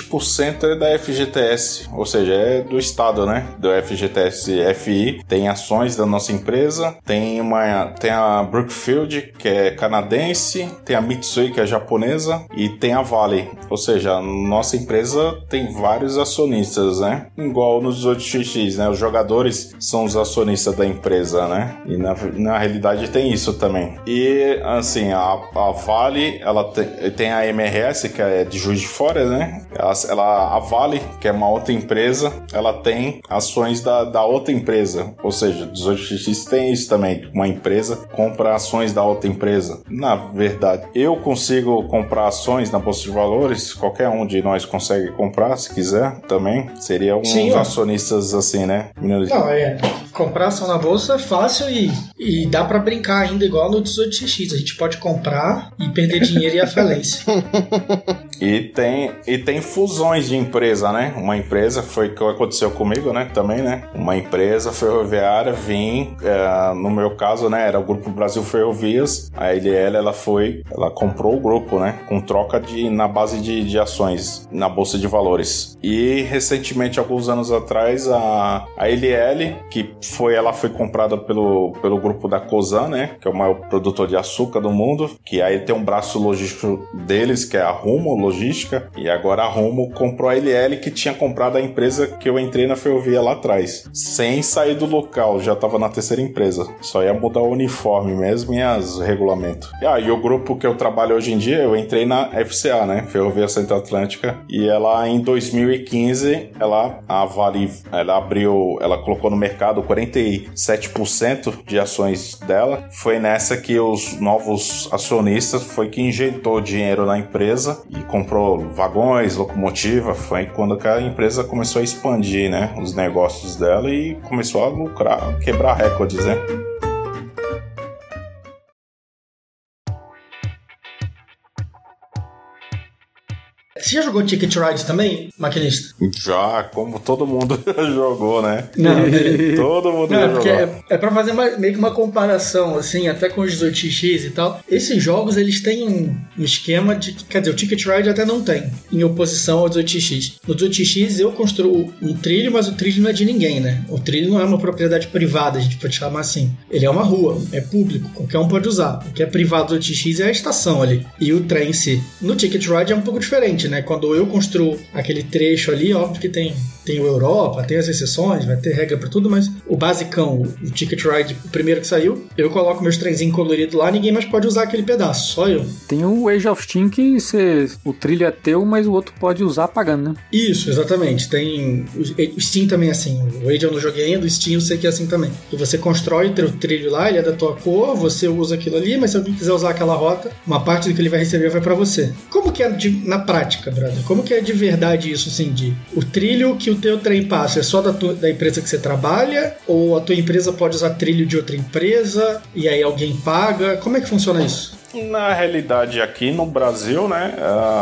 20% da FGTS, ou seja, é do Estado, né? Do FGTS FI, tem ações da nossa empresa, tem a Brookfield, que é canadense, tem a Mitsui, que é japonesa, e tem a Vale, ou seja, a nossa empresa tem vários acionistas, né? Igual nos 18X, né? Os jogadores são os acionistas da empresa, né? E na realidade tem isso. isso também. E, assim, a Vale, ela tem a MRS, que é de Juiz de Fora, né? A Vale, que é uma outra empresa, ela tem ações da outra empresa. Ou seja, 18xx tem isso também. Uma empresa compra ações da outra empresa. Na verdade, eu consigo comprar ações na Bolsa de Valores, qualquer um de nós consegue comprar, se quiser, também. Seria uns acionistas assim, né? Não, comprar ação na Bolsa é fácil e dá pra brincar ainda igual no 18xx. A gente pode comprar e perder dinheiro e ir à falência. E tem fusões de empresa, né? Uma empresa, foi o que aconteceu comigo, né? Também, né? Uma empresa ferroviária no meu caso, né? Era o Grupo Brasil Ferrovias. A LL, ela comprou o grupo, né? Com troca na base de ações na Bolsa de Valores. E recentemente, alguns anos atrás, a LL, ela foi comprada pelo grupo da Cosan, né? Que é o maior produtor de açúcar do mundo. Que aí tem um braço logístico deles, que é a Rumo Logística. E agora a Rumo comprou a LL, que tinha comprado a empresa que eu entrei na ferrovia lá atrás. Sem sair do local, já estava na terceira empresa. Só ia mudar o uniforme mesmo e os regulamentos. E o grupo que eu trabalho hoje em dia, eu entrei na FCA, né? Ferrovia Central Atlântica. E ela, em 2015, a Vale, ela colocou no mercado 47% de ações dela. Foi nessa que os novos acionistas foi que injetou dinheiro na empresa e comprou vagões, locomotiva. Foi quando que a empresa começou a expandir, né, os negócios dela e começou a lucrar, quebrar recordes, né? Você já jogou Ticket Ride também, maquinista? Já, como todo mundo jogou, né? Não, todo mundo já jogou. É pra fazer meio que uma comparação, assim, até com os 18x e tal. Esses jogos, eles têm um esquema de... Quer dizer, o Ticket Ride até não tem, em oposição ao 18x. No 18x, eu construo um trilho, mas o trilho não é de ninguém, né? O trilho não é uma propriedade privada, a gente pode chamar assim. Ele é uma rua, é público, qualquer um pode usar. O que é privado do 18x é a estação ali, e o trem em si. No Ticket Ride é um pouco diferente, né? Quando eu construo aquele trecho ali, óbvio que tem o Europa, tem as exceções, vai ter regra pra tudo, mas o basicão, o Ticket Ride, o primeiro que saiu, eu coloco meus trenzinhos coloridos lá, ninguém mais pode usar aquele pedaço, só eu. Tem o Age of Steam que o trilho é teu, mas o outro pode usar pagando, né? Isso, exatamente. Tem o Steam também é assim, o Age eu não joguei ainda, o Steam eu sei que é assim também. E você constrói o teu trilho lá, ele é da tua cor, você usa aquilo ali, mas se alguém quiser usar aquela rota, uma parte do que ele vai receber vai pra você. Como que é na prática, brother? Como que é de verdade isso, assim, o trilho que o teu trem passa é só da empresa que você trabalha? Ou a tua empresa pode usar trilho de outra empresa e aí alguém paga? Como é que funciona isso? Na realidade, aqui no Brasil, né,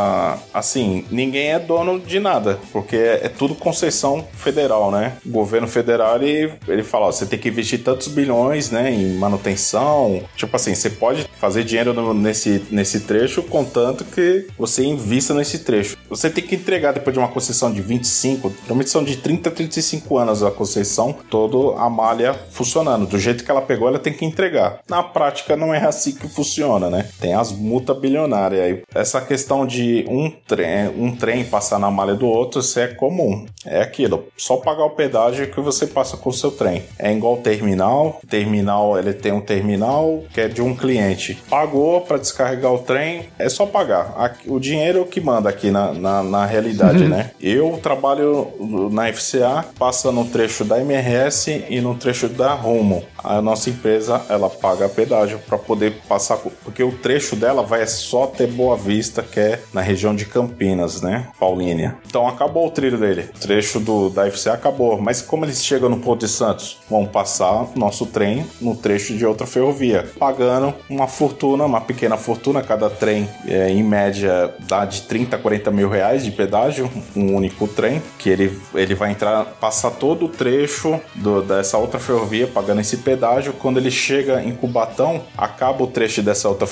assim, ninguém é dono de nada, porque é tudo concessão federal, né? O governo federal, ele fala, ó, você tem que investir tantos bilhões, né, em manutenção. Tipo assim, você pode fazer dinheiro nesse trecho, contanto que você invista nesse trecho. Você tem que entregar depois de uma concessão de 25, normalmente são de 30 a 35 anos a concessão, toda a malha funcionando. Do jeito que ela pegou, ela tem que entregar. Na prática, não é assim que funciona, né? Tem as multas bilionárias aí. Essa questão de um trem passar na malha do outro, isso é comum. É aquilo, só pagar o pedágio que você passa com o seu trem. É igual terminal. Ele tem um terminal que é de um cliente. Pagou para descarregar o trem, é só pagar. O dinheiro que manda aqui na realidade, né? Eu trabalho na FCA, passa no trecho da MRS e no trecho da Rumo. A nossa empresa, ela paga pedágio para poder passar, porque o trecho dela vai só até Boa Vista, que é na região de Campinas, né? Paulínia. Então acabou o trilho dele. O trecho da FCA acabou. Mas como eles chegam no Porto de Santos? Vão passar nosso trem no trecho de outra ferrovia, pagando uma fortuna, uma pequena fortuna. Cada trem, em média, dá de 30 a 40 mil reais de pedágio, um único trem, que ele vai passar todo o trecho dessa outra ferrovia, pagando esse pedágio. Quando ele chega em Cubatão, acaba o trecho dessa outra ferrovia,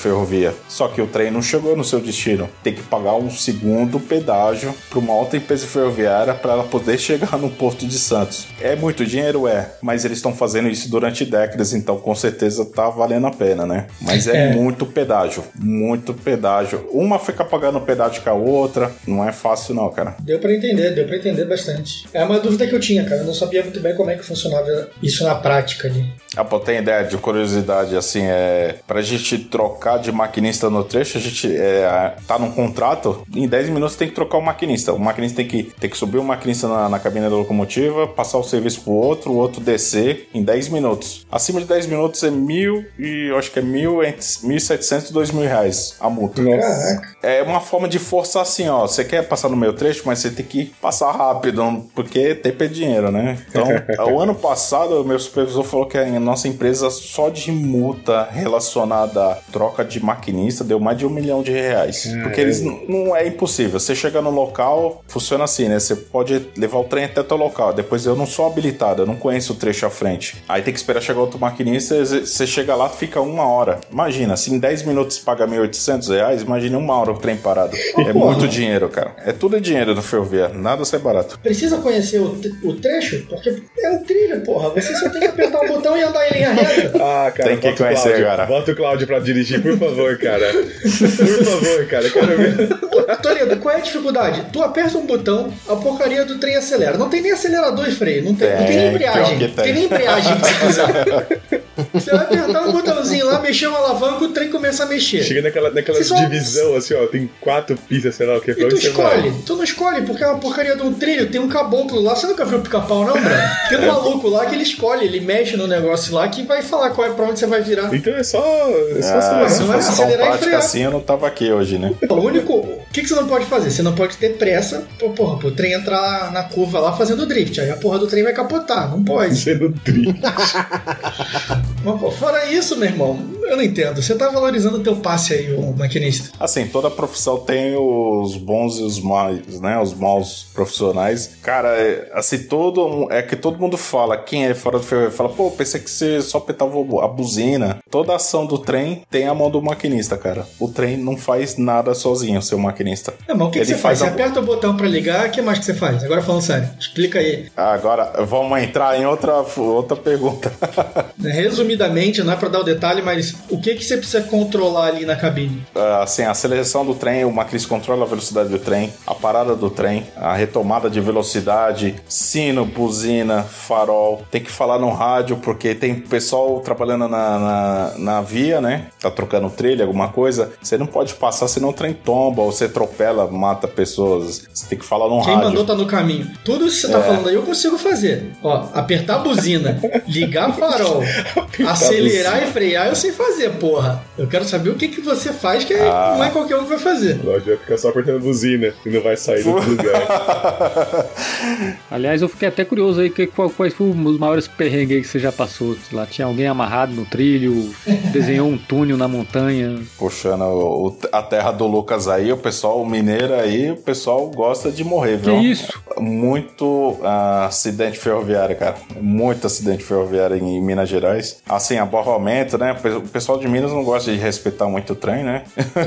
ferrovia. Só que o trem não chegou no seu destino. Tem que pagar um segundo pedágio para uma outra empresa ferroviária para ela poder chegar no Porto de Santos. É muito dinheiro? É. Mas eles estão fazendo isso durante décadas, então com certeza tá valendo a pena, né? Mas é muito pedágio. Muito pedágio. Uma fica pagando pedágio com a outra. Não é fácil não, cara. Deu pra entender bastante. É uma dúvida que eu tinha, cara. Eu não sabia muito bem como é que funcionava isso na prática ali. Pô, tem ideia de curiosidade, assim, pra gente trocar de maquinista no trecho, a gente tá num contrato, em 10 minutos tem que trocar o maquinista. O maquinista tem que subir o maquinista na cabine da locomotiva, passar o serviço pro outro, o outro descer em 10 minutos. Acima de 10 minutos é eu acho que é 1.700 e 2.000 reais a multa. Caraca. É uma forma de forçar assim, ó, você quer passar no meio trecho, mas você tem que passar rápido, porque tempo é dinheiro, né? Então, o ano passado, o meu supervisor falou que a nossa empresa só de multa relacionada à troca de maquinista deu mais de R$1 milhão. Porque eles não é impossível. Você chega no local, funciona assim, né? Você pode levar o trem até o teu local. Depois eu não sou habilitado, eu não conheço o trecho à frente. Aí tem que esperar chegar outro maquinista, você chega lá, fica 1 hora. Imagina, se em 10 minutos você paga R$1.800, imagina 1 hora o trem parado. É muito dinheiro, cara. É tudo dinheiro no ferroviário, nada sai barato. Precisa conhecer o trecho? Porque é um trilho, porra. Você só tem que apertar um botão e andar em linha reta. Cara, tem que conhecer, cara. Bota o Cláudio pra dirigir, por favor, cara. Por favor, cara, eu quero ver. Toledo, qual é a dificuldade? Tu aperta um botão, a porcaria do trem acelera. Não tem nem acelerador e freio, não tem nem embreagem. Não tem nem embreagem pra você quiser. Você vai apertar um botãozinho lá, mexer uma alavanca, o trem começa a mexer. Chega naquela divisão, assim, ó, tem 4 pistas, sei lá o que. E tu escolhe, tu não escolhe, porque é uma porcaria de um trilho, tem um caboclo lá. Você nunca viu o Pica-Pau, não, Bruno? Tem um maluco lá que ele escolhe, ele mexe no negócio lá que vai falar pra onde você vai virar. Então é só se fosse tão prática assim, eu não tava aqui hoje, né? O único... O que você não pode fazer? Você não pode ter pressa pro trem entrar na curva lá fazendo drift. Aí a porra do trem vai capotar. Não pode. Fazendo drift. Mas, pô, fora isso, meu irmão, eu não entendo. Você tá valorizando o teu passe aí, o maquinista. Assim, toda profissão tem os bons e os maus, né? Os maus profissionais. Cara, assim, que todo mundo fala, quem é fora do ferroviário, fala, pô, pensei que você só apertava a buzina. Toda ação do trem tem a mão do maquinista, cara. O trem não faz nada sozinho, seu maquinista. Não, mas o que você faz? Você aperta o botão pra ligar, o que mais que você faz? Agora falando sério, explica aí. Agora, vamos entrar em outra pergunta. Resumidamente, não é pra dar o detalhe, mas o que você precisa controlar ali na cabine? Assim, a aceleração do trem, o maquinista controla a velocidade do trem, a parada do trem, a retomada de velocidade, sino, buzina, farol. Tem que falar no rádio, porque tem pessoal trabalhando na via, né? Tá trocando trilha, alguma coisa. Você não pode passar, senão o trem tomba, ou você atropela, mata pessoas. Você tem que falar no rádio. Quem mandou tá no caminho. Tudo isso que você tá falando aí eu consigo fazer. Ó, apertar a buzina, ligar farol, acelerar e frear, eu sei fazer, porra. Eu quero saber o que você faz, que não é qualquer um que vai fazer. Lógico, vai ficar só apertando a buzina e não vai sair do lugar. Aliás, eu fiquei até curioso aí, quais foram os maiores perrengues que você já passou? Lá tinha alguém amarrado no trilho, desenhou um túnel na montanha. Puxando a terra do Lucas aí, o pessoal mineiro aí, o pessoal gosta de morrer, viu? Que isso? Muito acidente ferroviário, cara. Muito acidente ferroviário em Minas Gerais. Assim, aborramento, né? O pessoal de Minas não gosta de respeitar muito o trem, né?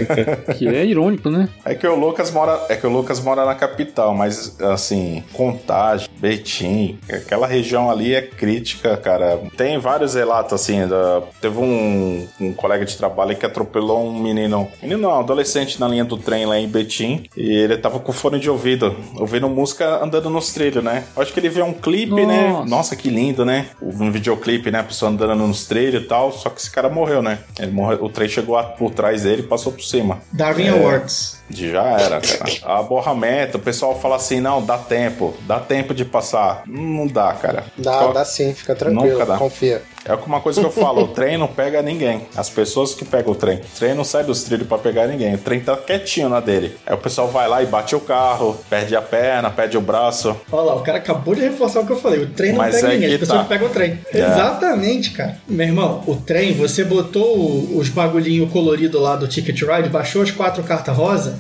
Que é irônico, né? É que o Lucas mora na capital, mas assim, Contagem, Betim, aquela região ali é crítica, cara. Tem vários relatos, assim, teve um colega de trabalho que atropelou um menino não, adolescente na linha do trem lá em Betim, e ele tava com fone de ouvido, ouvindo música andando nos trilhos, né? Eu acho que ele viu um clipe, né? Nossa, que lindo, né? Um videoclipe, né? A pessoa andando nos trilhos e tal, só que esse cara morreu, né? Ele morreu, o trem chegou por trás dele e passou por cima. Darwin Awards. Já era, cara. Aborramento, o pessoal fala assim, não, dá tempo de passar. Não dá, cara. Dá sim, fica tranquilo, confia. É uma coisa que eu falo, o trem não pega ninguém. As pessoas que pegam o trem não sai dos trilhos pra pegar ninguém. O trem tá quietinho na dele. Aí o pessoal vai lá e bate o carro, perde a perna, perde o braço. Olha lá, o cara acabou de reforçar o que eu falei. O trem não pega ninguém, as pessoas pegam o trem. Exatamente, cara. Meu irmão, o trem, você botou os bagulhinhos coloridos lá do Ticket Ride, baixou as 4 cartas rosa,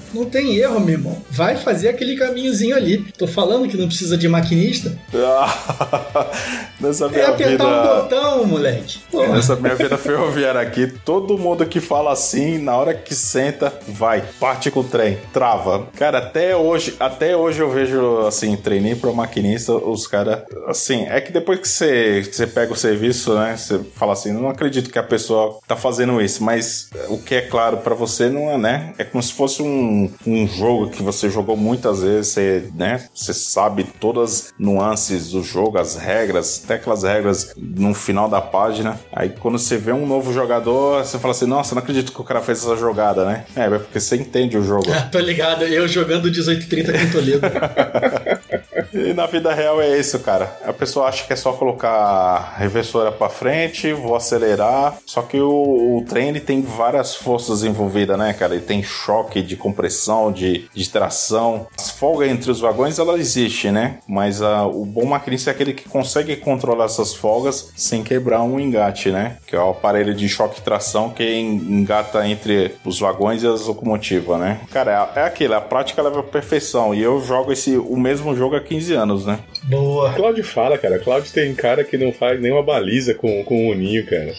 Não tem erro, meu irmão. Vai fazer aquele caminhozinho ali. Tô falando que não precisa de maquinista. Nessa minha É apertar vida... um botão, moleque. Pô. Nessa minha vida ferroviária aqui, todo mundo que fala assim, na hora que senta, vai, parte com o trem, trava. Cara, até hoje eu vejo, assim, treinei pro maquinista, os caras, assim, é que depois que você pega o serviço, né, você fala assim, não acredito que a pessoa tá fazendo isso, mas o que é claro pra você não é, né, é como se fosse um jogo que você jogou muitas vezes, você sabe todas as nuances do jogo, as regras, até aquelas regras no final da página. Aí quando você vê um novo jogador, você fala assim, nossa, não acredito que o cara fez essa jogada, né? É porque você entende o jogo. Tô ligado, eu jogando 1830 com Toledo. E na vida real é isso, cara. A pessoa acha que é só colocar a reversora pra frente, vou acelerar. Só que o trem, ele tem várias forças envolvidas, né, cara? Ele tem choque de compressão, de tração. As folgas entre os vagões, ela existe, né? Mas o bom maquinista é aquele que consegue controlar essas folgas sem quebrar um engate, né? Que é o aparelho de choque e tração que engata entre os vagões e as locomotivas, né? Cara, é aquilo, a prática leva à perfeição. E eu jogo o mesmo jogo há 15 anos, né? Boa. Cláudio fala, cara. Cláudio tem cara que não faz nenhuma baliza com o Ninho, cara.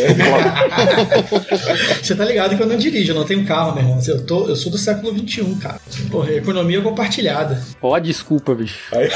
Você tá ligado que eu não dirijo, eu não tenho carro, meu irmão. Eu sou do século XXI, cara. Porra, economia compartilhada. Ó, desculpa, bicho.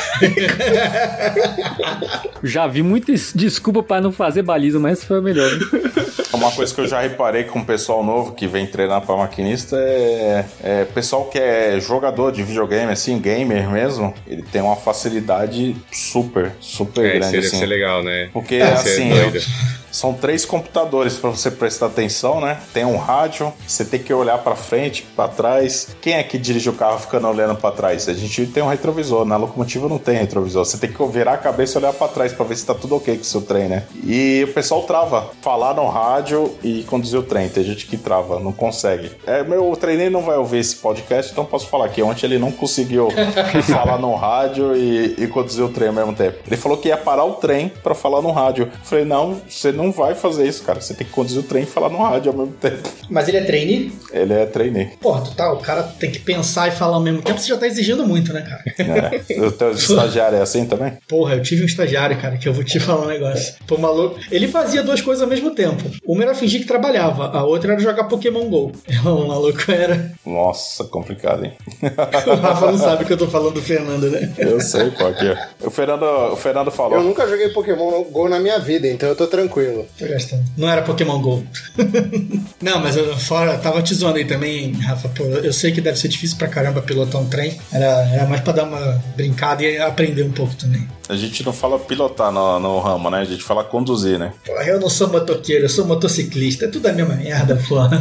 Já vi muitas desculpas pra não fazer baliza, mas essa foi a melhor. Uma coisa que eu já reparei com o pessoal novo que vem treinar pra maquinista é pessoal que é jogador de videogame, assim, gamer mesmo, ele tem uma facilidade super grande, isso assim. deve ser legal, né? Porque, assim, são 3 computadores pra você prestar atenção, né? Tem um rádio, você tem que olhar pra frente, pra trás. Quem é que dirige o carro ficando olhando pra trás? A gente tem um retrovisor, na locomotiva não tem retrovisor. Você tem que virar a cabeça e olhar pra trás pra ver se tá tudo ok com o seu trem, né? E o pessoal trava. Falar no rádio e conduzir o trem. Tem gente que trava, não consegue. Meu treinei não vai ouvir esse podcast, então posso falar que ontem ele não conseguiu falar no rádio e conduzir o trem ao mesmo tempo. Ele falou que ia parar o trem pra falar no rádio. Eu falei, não, você não vai fazer isso, cara. Você tem que conduzir o trem e falar no rádio ao mesmo tempo. Mas ele é trainee? Ele é trainee. Porra, o cara tem que pensar e falar ao mesmo tempo, você já tá exigindo muito, né, cara? O teu estagiário é assim também? Porra, eu tive um estagiário, cara, que eu vou te falar um negócio. Pô, maluco. Ele fazia 2 coisas ao mesmo tempo. Uma era fingir que trabalhava, a outra era jogar Pokémon GO. O maluco era... Nossa, complicado, hein? O Rafa não sabe que eu tô falando do Fernando, né? Eu sei, pô, aqui. O Fernando falou. Eu nunca joguei Pokémon GO na minha vida, então eu tô tranquilo. Tô gastando. Não era Pokémon GO. Não, mas eu tava te zoando aí também, Rafa. Pô, eu sei que deve ser difícil pra caramba pilotar um trem. Era mais pra dar uma brincada e aprender um pouco também. A gente não fala pilotar no ramo, né? A gente fala conduzir, né? Porra, eu não sou motoqueiro, eu sou motociclista. É tudo a mesma merda, porra.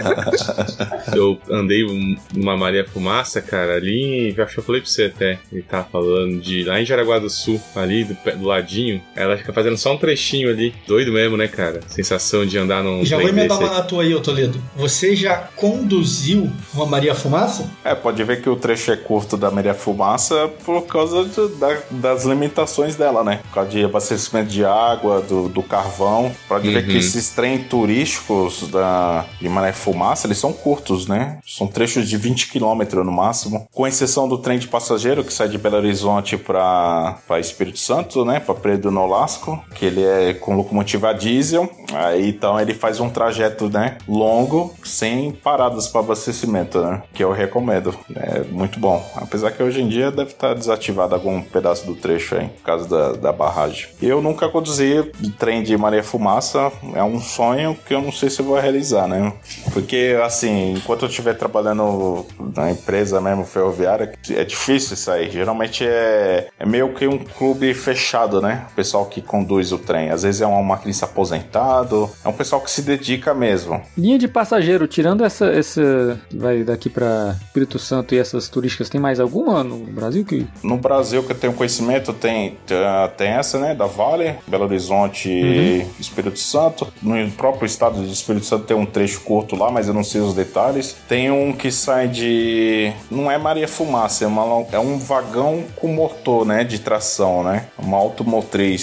Eu andei numa Maria Fumaça, cara, ali, acho que eu falei pra você até, ele tava falando de lá em Jaraguá do Sul, ali do ladinho, ela fica fazendo só um trechinho ali, doido mesmo, né, cara? Sensação de andar num Já trem vou emendar desse uma na tua aí, ô Toledo. Você já conduziu uma Maria Fumaça? Pode ver que o trecho é curto da Maria Fumaça por causa das limitações dela, né? Por causa de abastecimento de água, do carvão. Pode ver que esses trens turísticos de Maria Fumaça, eles são curtos, né? São trechos de 20 km no máximo. Com exceção do trem de passageiro, que sai de Belo Horizonte para Espírito Santo, né? Para Pedro Nolasco, que ele é com locomotiva a diesel. Aí, então, ele faz um trajeto, né? Longo, sem paradas para abastecimento, né? Que eu recomendo. É muito bom. Apesar que hoje em dia deve estar desativado algum pedaço do trecho aí, por causa da barragem. Eu nunca conduzi trem de Maria Fumaça. É um sonho que eu não sei se eu vou realizar, né? Porque, assim, enquanto eu estiver trabalhando na empresa mesmo ferroviária, é difícil isso aí. Geralmente é meio que um clube fechado, né? O pessoal que conduz o trem. Às vezes é um maquinista aposentado. É um pessoal que se dedica mesmo. Linha de passageiro, tirando essa vai daqui pra Espírito Santo e essas turísticas, tem mais alguma no Brasil? No Brasil, que eu tenho conhecimento, tem essa, né? Da Vale, Belo Horizonte e Espírito Santo. No próprio estado de Espírito Santo tem um trecho curto lá, mas eu não sei os detalhes. Tem um que sai de... Não é Maria Fumaça, é um vagão com motor, né? De tração, né? Uma automotriz, que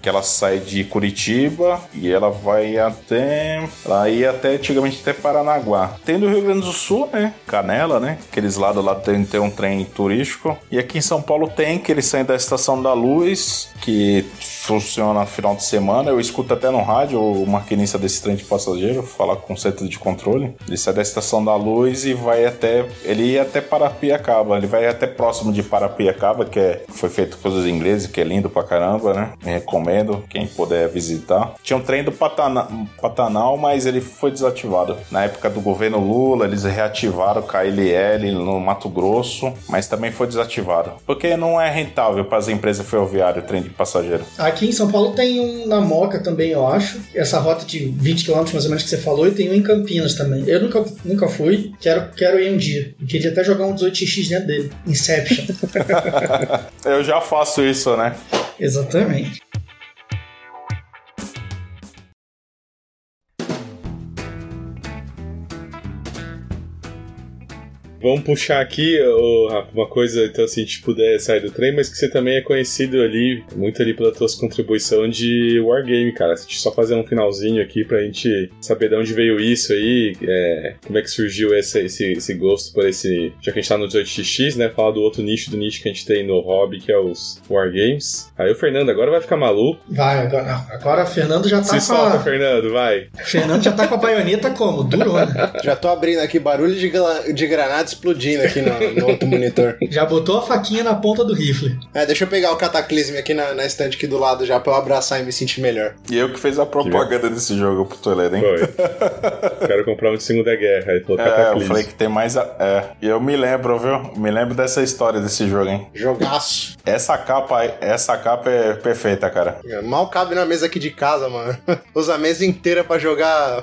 que ela sai de Curitiba e ela vai até... Ela ia até, antigamente, até Paranaguá. Tem do Rio Grande do Sul, né? Canela, né? Aqueles lados lá tem um trem turístico. E aqui em São Paulo tem, que eles saem da Estação da Luz, que funciona no final de semana. Eu escuto até no rádio o maquinista desse trem de passageiro falar com o centro de controle. Ele sai da Estação da Luz e vai até... Ele ia até Parapiacaba. Ele vai até próximo de Parapiacaba, que foi feito pelos ingleses, que é lindo pra caramba, né? Me recomendo, quem puder visitar. Tinha um trem do Pantanal, mas ele foi desativado. Na época do governo Lula, eles reativaram o KLL no Mato Grosso, mas também foi desativado. Porque não é rentável para as empresas ferroviárias o trem de passageiro. Aqui em São Paulo tem um na Moca também, eu acho. Essa rota de 20 km mais ou menos que você falou, e tem um em Campinas também. Eu nunca fui, quero ir um dia. Eu queria até jogar um 18x dentro dele. Inception. Eu já faço isso, né? Exatamente. Vamos puxar aqui, Rafa, uma coisa, então, se a gente puder sair do trem, mas que você também é conhecido ali, muito ali pela tua contribuição de Wargame, cara. Se a gente só fazer um finalzinho aqui pra gente saber de onde veio isso aí, como é que surgiu esse gosto por esse... Já que a gente tá no 18x, né, falar do outro nicho, do nicho que a gente tem no hobby, que é os Wargames. Aí o Fernando agora vai ficar maluco. Vai, agora o Fernando já tá Se solta, Fernando, vai. Fernando já tá com a baioneta como? Durona. Já tô abrindo aqui barulho de granada explodindo aqui no outro monitor. Já botou a faquinha na ponta do rifle. Deixa eu pegar o Cataclysm aqui na estante aqui do lado já pra eu abraçar e me sentir melhor. E eu que fiz a propaganda desse jogo pro Toledo, hein? Foi. Quero comprar um de Segunda Guerra. Aí falou eu falei que tem mais... E eu me lembro, viu? Me lembro dessa história desse jogo, hein? Jogaço. Essa capa é perfeita, cara. Mal cabe na mesa aqui de casa, mano. Usa a mesa inteira pra jogar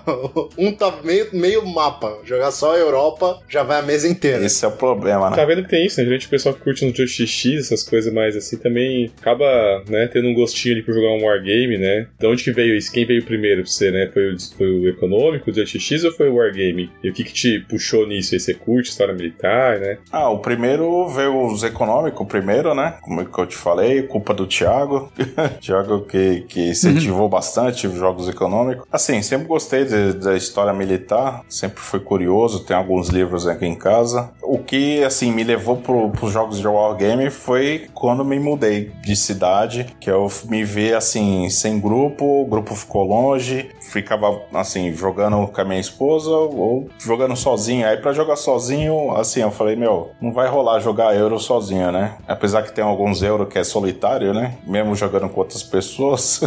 meio mapa. Jogar só a Europa, já vai a mesa inteira. Esse é o problema, né? Tá vendo que tem isso, né? Geralmente o pessoal que curte no 18x, essas coisas mais assim, também acaba, né, tendo um gostinho ali por jogar um Wargame, né? De onde que veio isso? Quem veio primeiro pra você, né? Foi o econômico, o 18x, ou foi o Wargame? E o que te puxou nisso aí? Você curte história militar, né? O primeiro veio os econômicos, primeiro, né? Como que eu te falei, culpa do Thiago. Thiago que incentivou bastante os jogos econômicos. Assim, sempre gostei da história militar, sempre fui curioso, tem alguns livros aqui em casa. O que, assim, me levou pros jogos de Wargame foi quando me mudei de cidade, que eu me vi, assim, sem grupo, o grupo ficou longe, ficava, assim, jogando com a minha esposa ou jogando sozinho. Aí pra jogar sozinho, assim, eu falei, não vai rolar jogar Euro sozinho, né? Apesar que tem alguns Euro que é solitário, né? Mesmo jogando com outras pessoas.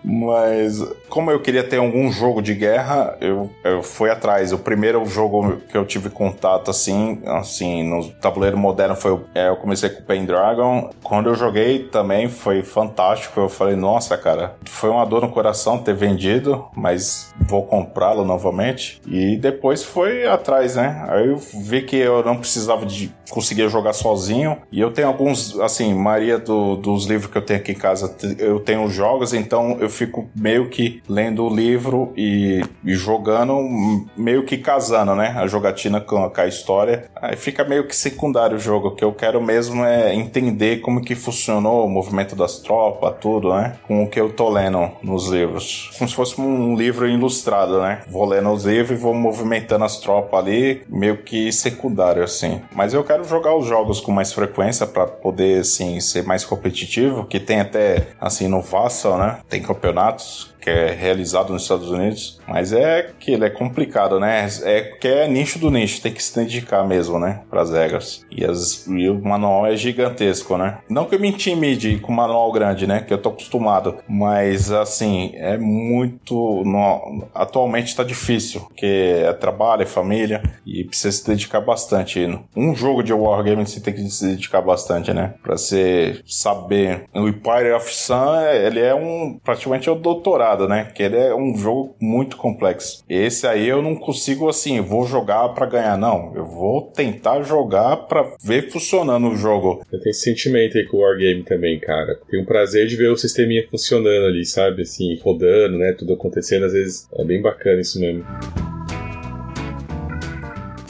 Mas, como eu queria ter algum jogo de guerra, eu fui atrás. O primeiro jogo que eu tive contato, assim, no tabuleiro moderno eu comecei com o Pendragon. Quando eu joguei também foi fantástico. Eu falei, nossa, cara, foi uma dor no coração ter vendido, mas vou comprá-lo novamente. E depois foi atrás, né? Aí eu vi que eu não precisava de conseguir jogar sozinho. E eu tenho alguns, assim, maioria dos livros que eu tenho aqui em casa, eu tenho os jogos, então eu fico meio que lendo o livro e jogando, meio que casando, né? A jogatina com a história. Aí fica meio que secundário o jogo. O que eu quero mesmo é entender como que funcionou o movimento das tropas, tudo, né? Com o que eu tô lendo nos livros. Como se fosse um livro ilustrado, né? Vou lendo os livros e vou movimentando as tropas ali, meio que secundário, assim. Mas eu quero jogar os jogos com mais frequência pra poder, assim, ser mais competitivo, que tem até, assim, no Vassal, né? Tem campeonatos que é realizado nos Estados Unidos, mas é que ele é complicado, né? Que é nicho do nicho, tem que se dedicar mesmo, né? Pras regras. E o manual é gigantesco, né? Não que eu me intimide com manual grande, né? Que eu tô acostumado, mas assim, é muito... Atualmente tá difícil, porque é trabalho, é família, e precisa se dedicar bastante. Um jogo de Wargame você tem que se dedicar bastante, né? Pra você saber. O Empire of Sun, ele é praticamente um doutorado, né? Que ele é um jogo muito complexo. Esse aí eu não consigo, assim, vou jogar pra ganhar, não. Eu vou tentar jogar pra ver funcionando o jogo. Eu tenho esse sentimento aí com o Wargame também, cara. Tenho um prazer de ver o sisteminha funcionando ali, sabe? Assim, rodando, né? Tudo acontecendo, às vezes é bem bacana isso mesmo.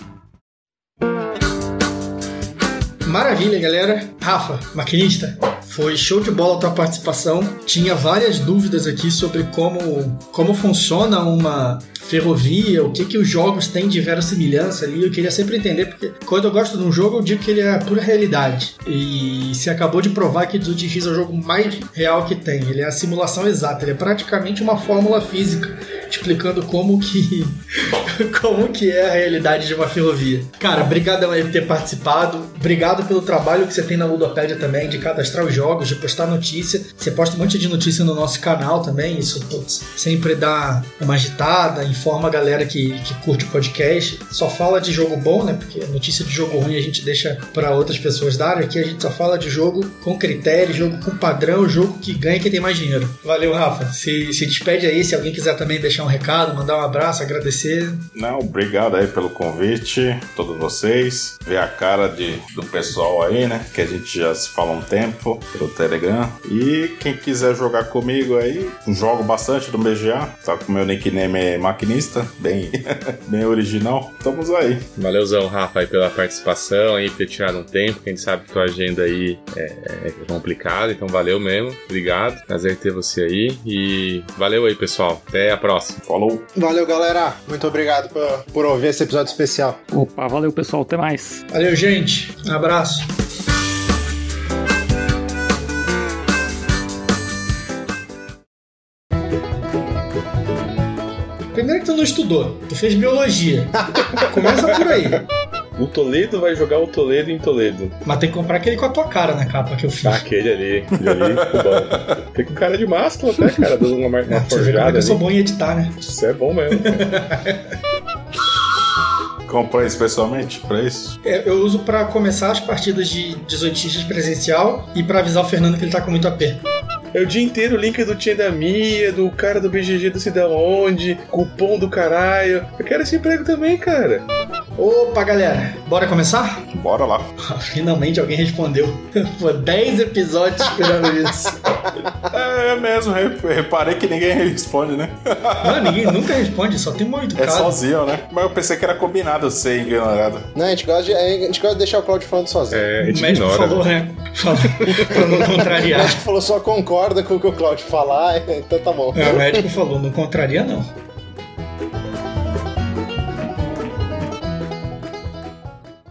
Maravilha, galera. Rafa, maquinista, Foi show de bola a tua participação. Tinha várias dúvidas aqui sobre como funciona uma ferrovia, o que os jogos têm de verossimilhança ali. Eu queria sempre entender, porque quando eu gosto de um jogo, eu digo que ele é pura realidade. E você acabou de provar que Desert X é o jogo mais real que tem. Ele é a simulação exata, ele é praticamente uma fórmula física explicando como que é a realidade de uma ferrovia. Cara, obrigadão aí por ter participado. Obrigado pelo trabalho que você tem na Ludopédia também, de cadastrar os jogos, de postar notícia. Você posta um monte de notícia no nosso canal também. Isso, putz, sempre dá uma agitada, informa a galera que curte o podcast. Só fala de jogo bom, né? Porque notícia de jogo ruim a gente deixa para outras pessoas darem. Aqui a gente só fala de jogo com critério, jogo com padrão, jogo que ganha quem tem mais dinheiro. Valeu, Rafa. Se despede aí, se alguém quiser também deixar um recado, mandar um abraço, agradecer. Não, obrigado aí pelo convite, todos vocês. Ver a cara do pessoal aí, né? Que a gente já se fala há um tempo pelo Telegram. E quem quiser jogar comigo aí, jogo bastante do BGA. Tá com meu nickname maquinista, bem original. Estamos aí. Valeuzão, Rafa, aí pela participação, aí por ter tirado um tempo, que a gente sabe que tua agenda aí é complicada, então valeu mesmo. Obrigado, prazer ter você aí e valeu aí, pessoal. Até a próxima. Falou. Valeu, galera. Muito obrigado por ouvir esse episódio especial. Opa, valeu, pessoal. Até mais. Valeu, gente. Um abraço. Primeiro que tu não estudou, tu fez biologia. Começa por aí. O Toledo vai jogar o Toledo em Toledo. Mas tem que comprar aquele com a tua cara na capa que eu fiz. Aquele ali ficou bom. Tem com cara de máscara até, cara, dando uma você vê como é que eu sou bom em editar, né? Isso é bom mesmo. Comprei especialmente pra isso? Eu uso pra começar as partidas de 18x presencial e pra avisar o Fernando que ele tá com muito AP. É o dia inteiro o link do Tia da Mia, do cara do BGG do sei da onde, cupom do caralho. Eu quero esse emprego também, cara. Opa, galera, bora começar? Bora lá. Finalmente alguém respondeu. Pô, 10 episódios esperando isso. É mesmo, reparei que ninguém responde, né? Não, ninguém nunca responde, só tem muito É sozinho, né? Mas eu pensei que era combinado ser ignorado. Não, a gente gosta de deixar o Claudio falando sozinho. A gente o médico ignora, falou, né? Falou pra não contrariar. O médico falou só concorda com o que o Claudio falar, então tá bom. O médico falou, não contraria não.